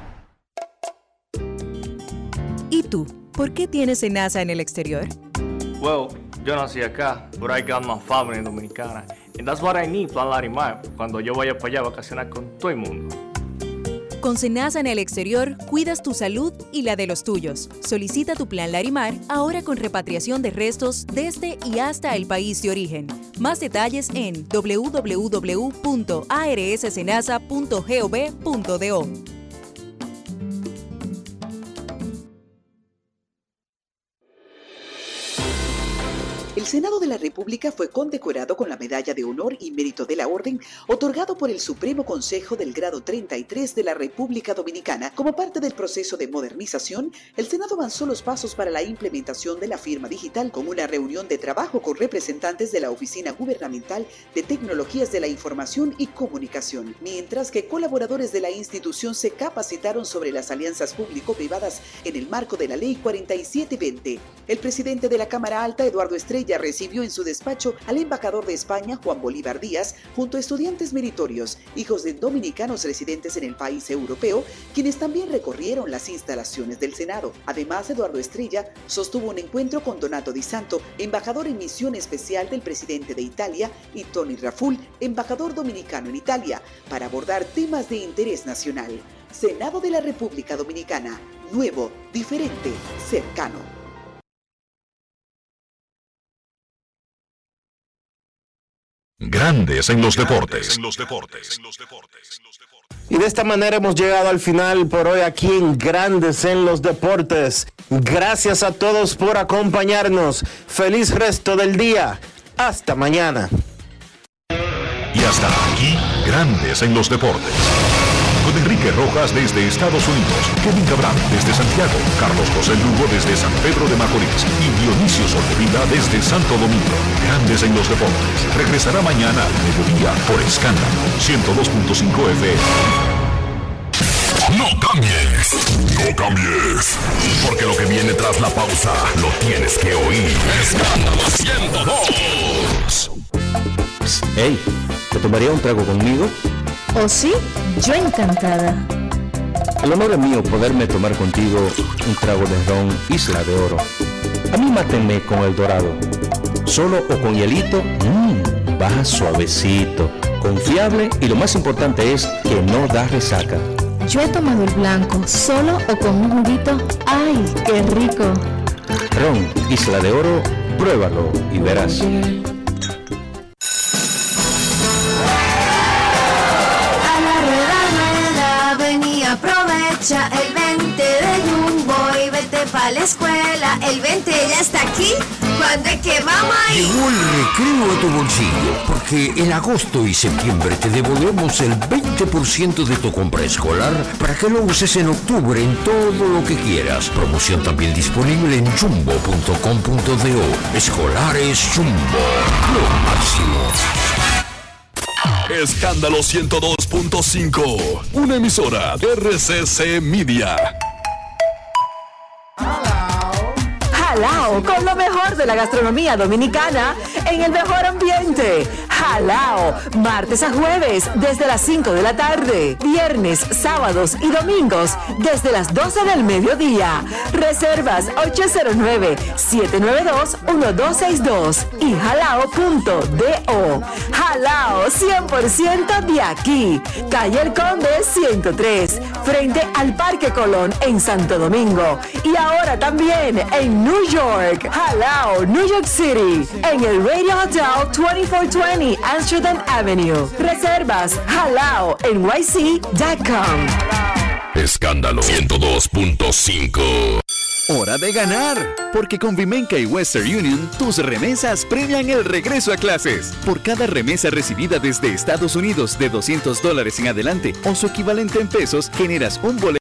¿Y tú? ¿Por qué tienes SENASA en el exterior? Well, yo nací acá, but I got my family dominicana. And that's what I need, Plan Larimar, cuando yo vaya para allá a vacacionar con todo el mundo. Con SENASA en el exterior, cuidas tu salud y la de los tuyos. Solicita tu plan Larimar ahora con repatriación de restos desde y hasta el país de origen. Más detalles en www.arssenasa.gov.do. El Senado de la República fue condecorado con la Medalla de Honor y Mérito de la Orden, otorgado por el Supremo Consejo del Grado 33 de la República Dominicana. Como parte del proceso de modernización, el Senado avanzó los pasos para la implementación de la firma digital con una reunión de trabajo con representantes de la Oficina Gubernamental de Tecnologías de la Información y Comunicación, mientras que colaboradores de la institución se capacitaron sobre las alianzas público-privadas en el marco de la Ley 4720. El presidente de la Cámara Alta, Eduardo Estrella, recibió en su despacho al embajador de España, Juan Bolívar Díaz, junto a estudiantes meritorios, hijos de dominicanos residentes en el país europeo, quienes también recorrieron las instalaciones del Senado. Además, Eduardo Estrella sostuvo un encuentro con Donato Di Santo, embajador en misión especial del presidente de Italia, y Tony Raful, embajador dominicano en Italia, para abordar temas de interés nacional. Senado de la República Dominicana, nuevo, diferente, cercano. Grandes en los deportes. Y de esta manera hemos llegado al final por hoy aquí en Grandes en los Deportes. Gracias a todos por acompañarnos. Feliz resto del día. Hasta mañana. Y hasta aquí, Grandes en los Deportes. Con Enrique Rojas desde Estados Unidos, Kevin Cabral desde Santiago, Carlos José Lugo desde San Pedro de Macorís y Dionisio Soldevila desde Santo Domingo. Grandes en los Deportes. Regresará mañana al mediodía por Escándalo 102.5 FM. No cambies, no cambies, porque lo que viene tras la pausa lo tienes que oír. Escándalo 102. Hey, ¿te tomaría un trago conmigo? ¿Oh sí? Yo encantada. El honor es mío poderme tomar contigo un trago de ron Isla de Oro. A mí mátenme con el dorado. Solo o con hielito, baja suavecito, confiable y lo más importante es que no da resaca. Yo he tomado el blanco, solo o con un juguito. ¡Ay, qué rico! Ron Isla de Oro, pruébalo y verás. Aprovecha el 20 de Jumbo y vete pa' la escuela. El 20 ya está aquí. ¿Cuándo es que vamos a ir? Llegó el recreo a tu bolsillo, porque en agosto y septiembre te devolvemos el 20% de tu compra escolar para que lo uses en octubre en todo lo que quieras. Promoción también disponible en jumbo.com.do. Escolares Jumbo, lo máximo. Escándalo 102.5, una emisora RCC Media. Jalao, con lo mejor de la gastronomía dominicana en el mejor ambiente. Jalao, martes a jueves desde las 5 de la tarde, viernes, sábados y domingos desde las 12 del mediodía. Reservas 809-792-1262 y jalao.do. Jalao 100% de aquí. Calle El Conde 103, frente al Parque Colón en Santo Domingo. Y ahora también en New York. Jalao, New York City, en el Radio Hotel 2420 Amsterdam Avenue. Reservas halaonyc.com. Escándalo 102.5. Hora de ganar, porque con Vimenca y Western Union, tus remesas premian el regreso a clases. Por cada remesa recibida desde Estados Unidos de $200 en adelante o su equivalente en pesos, generas un boleto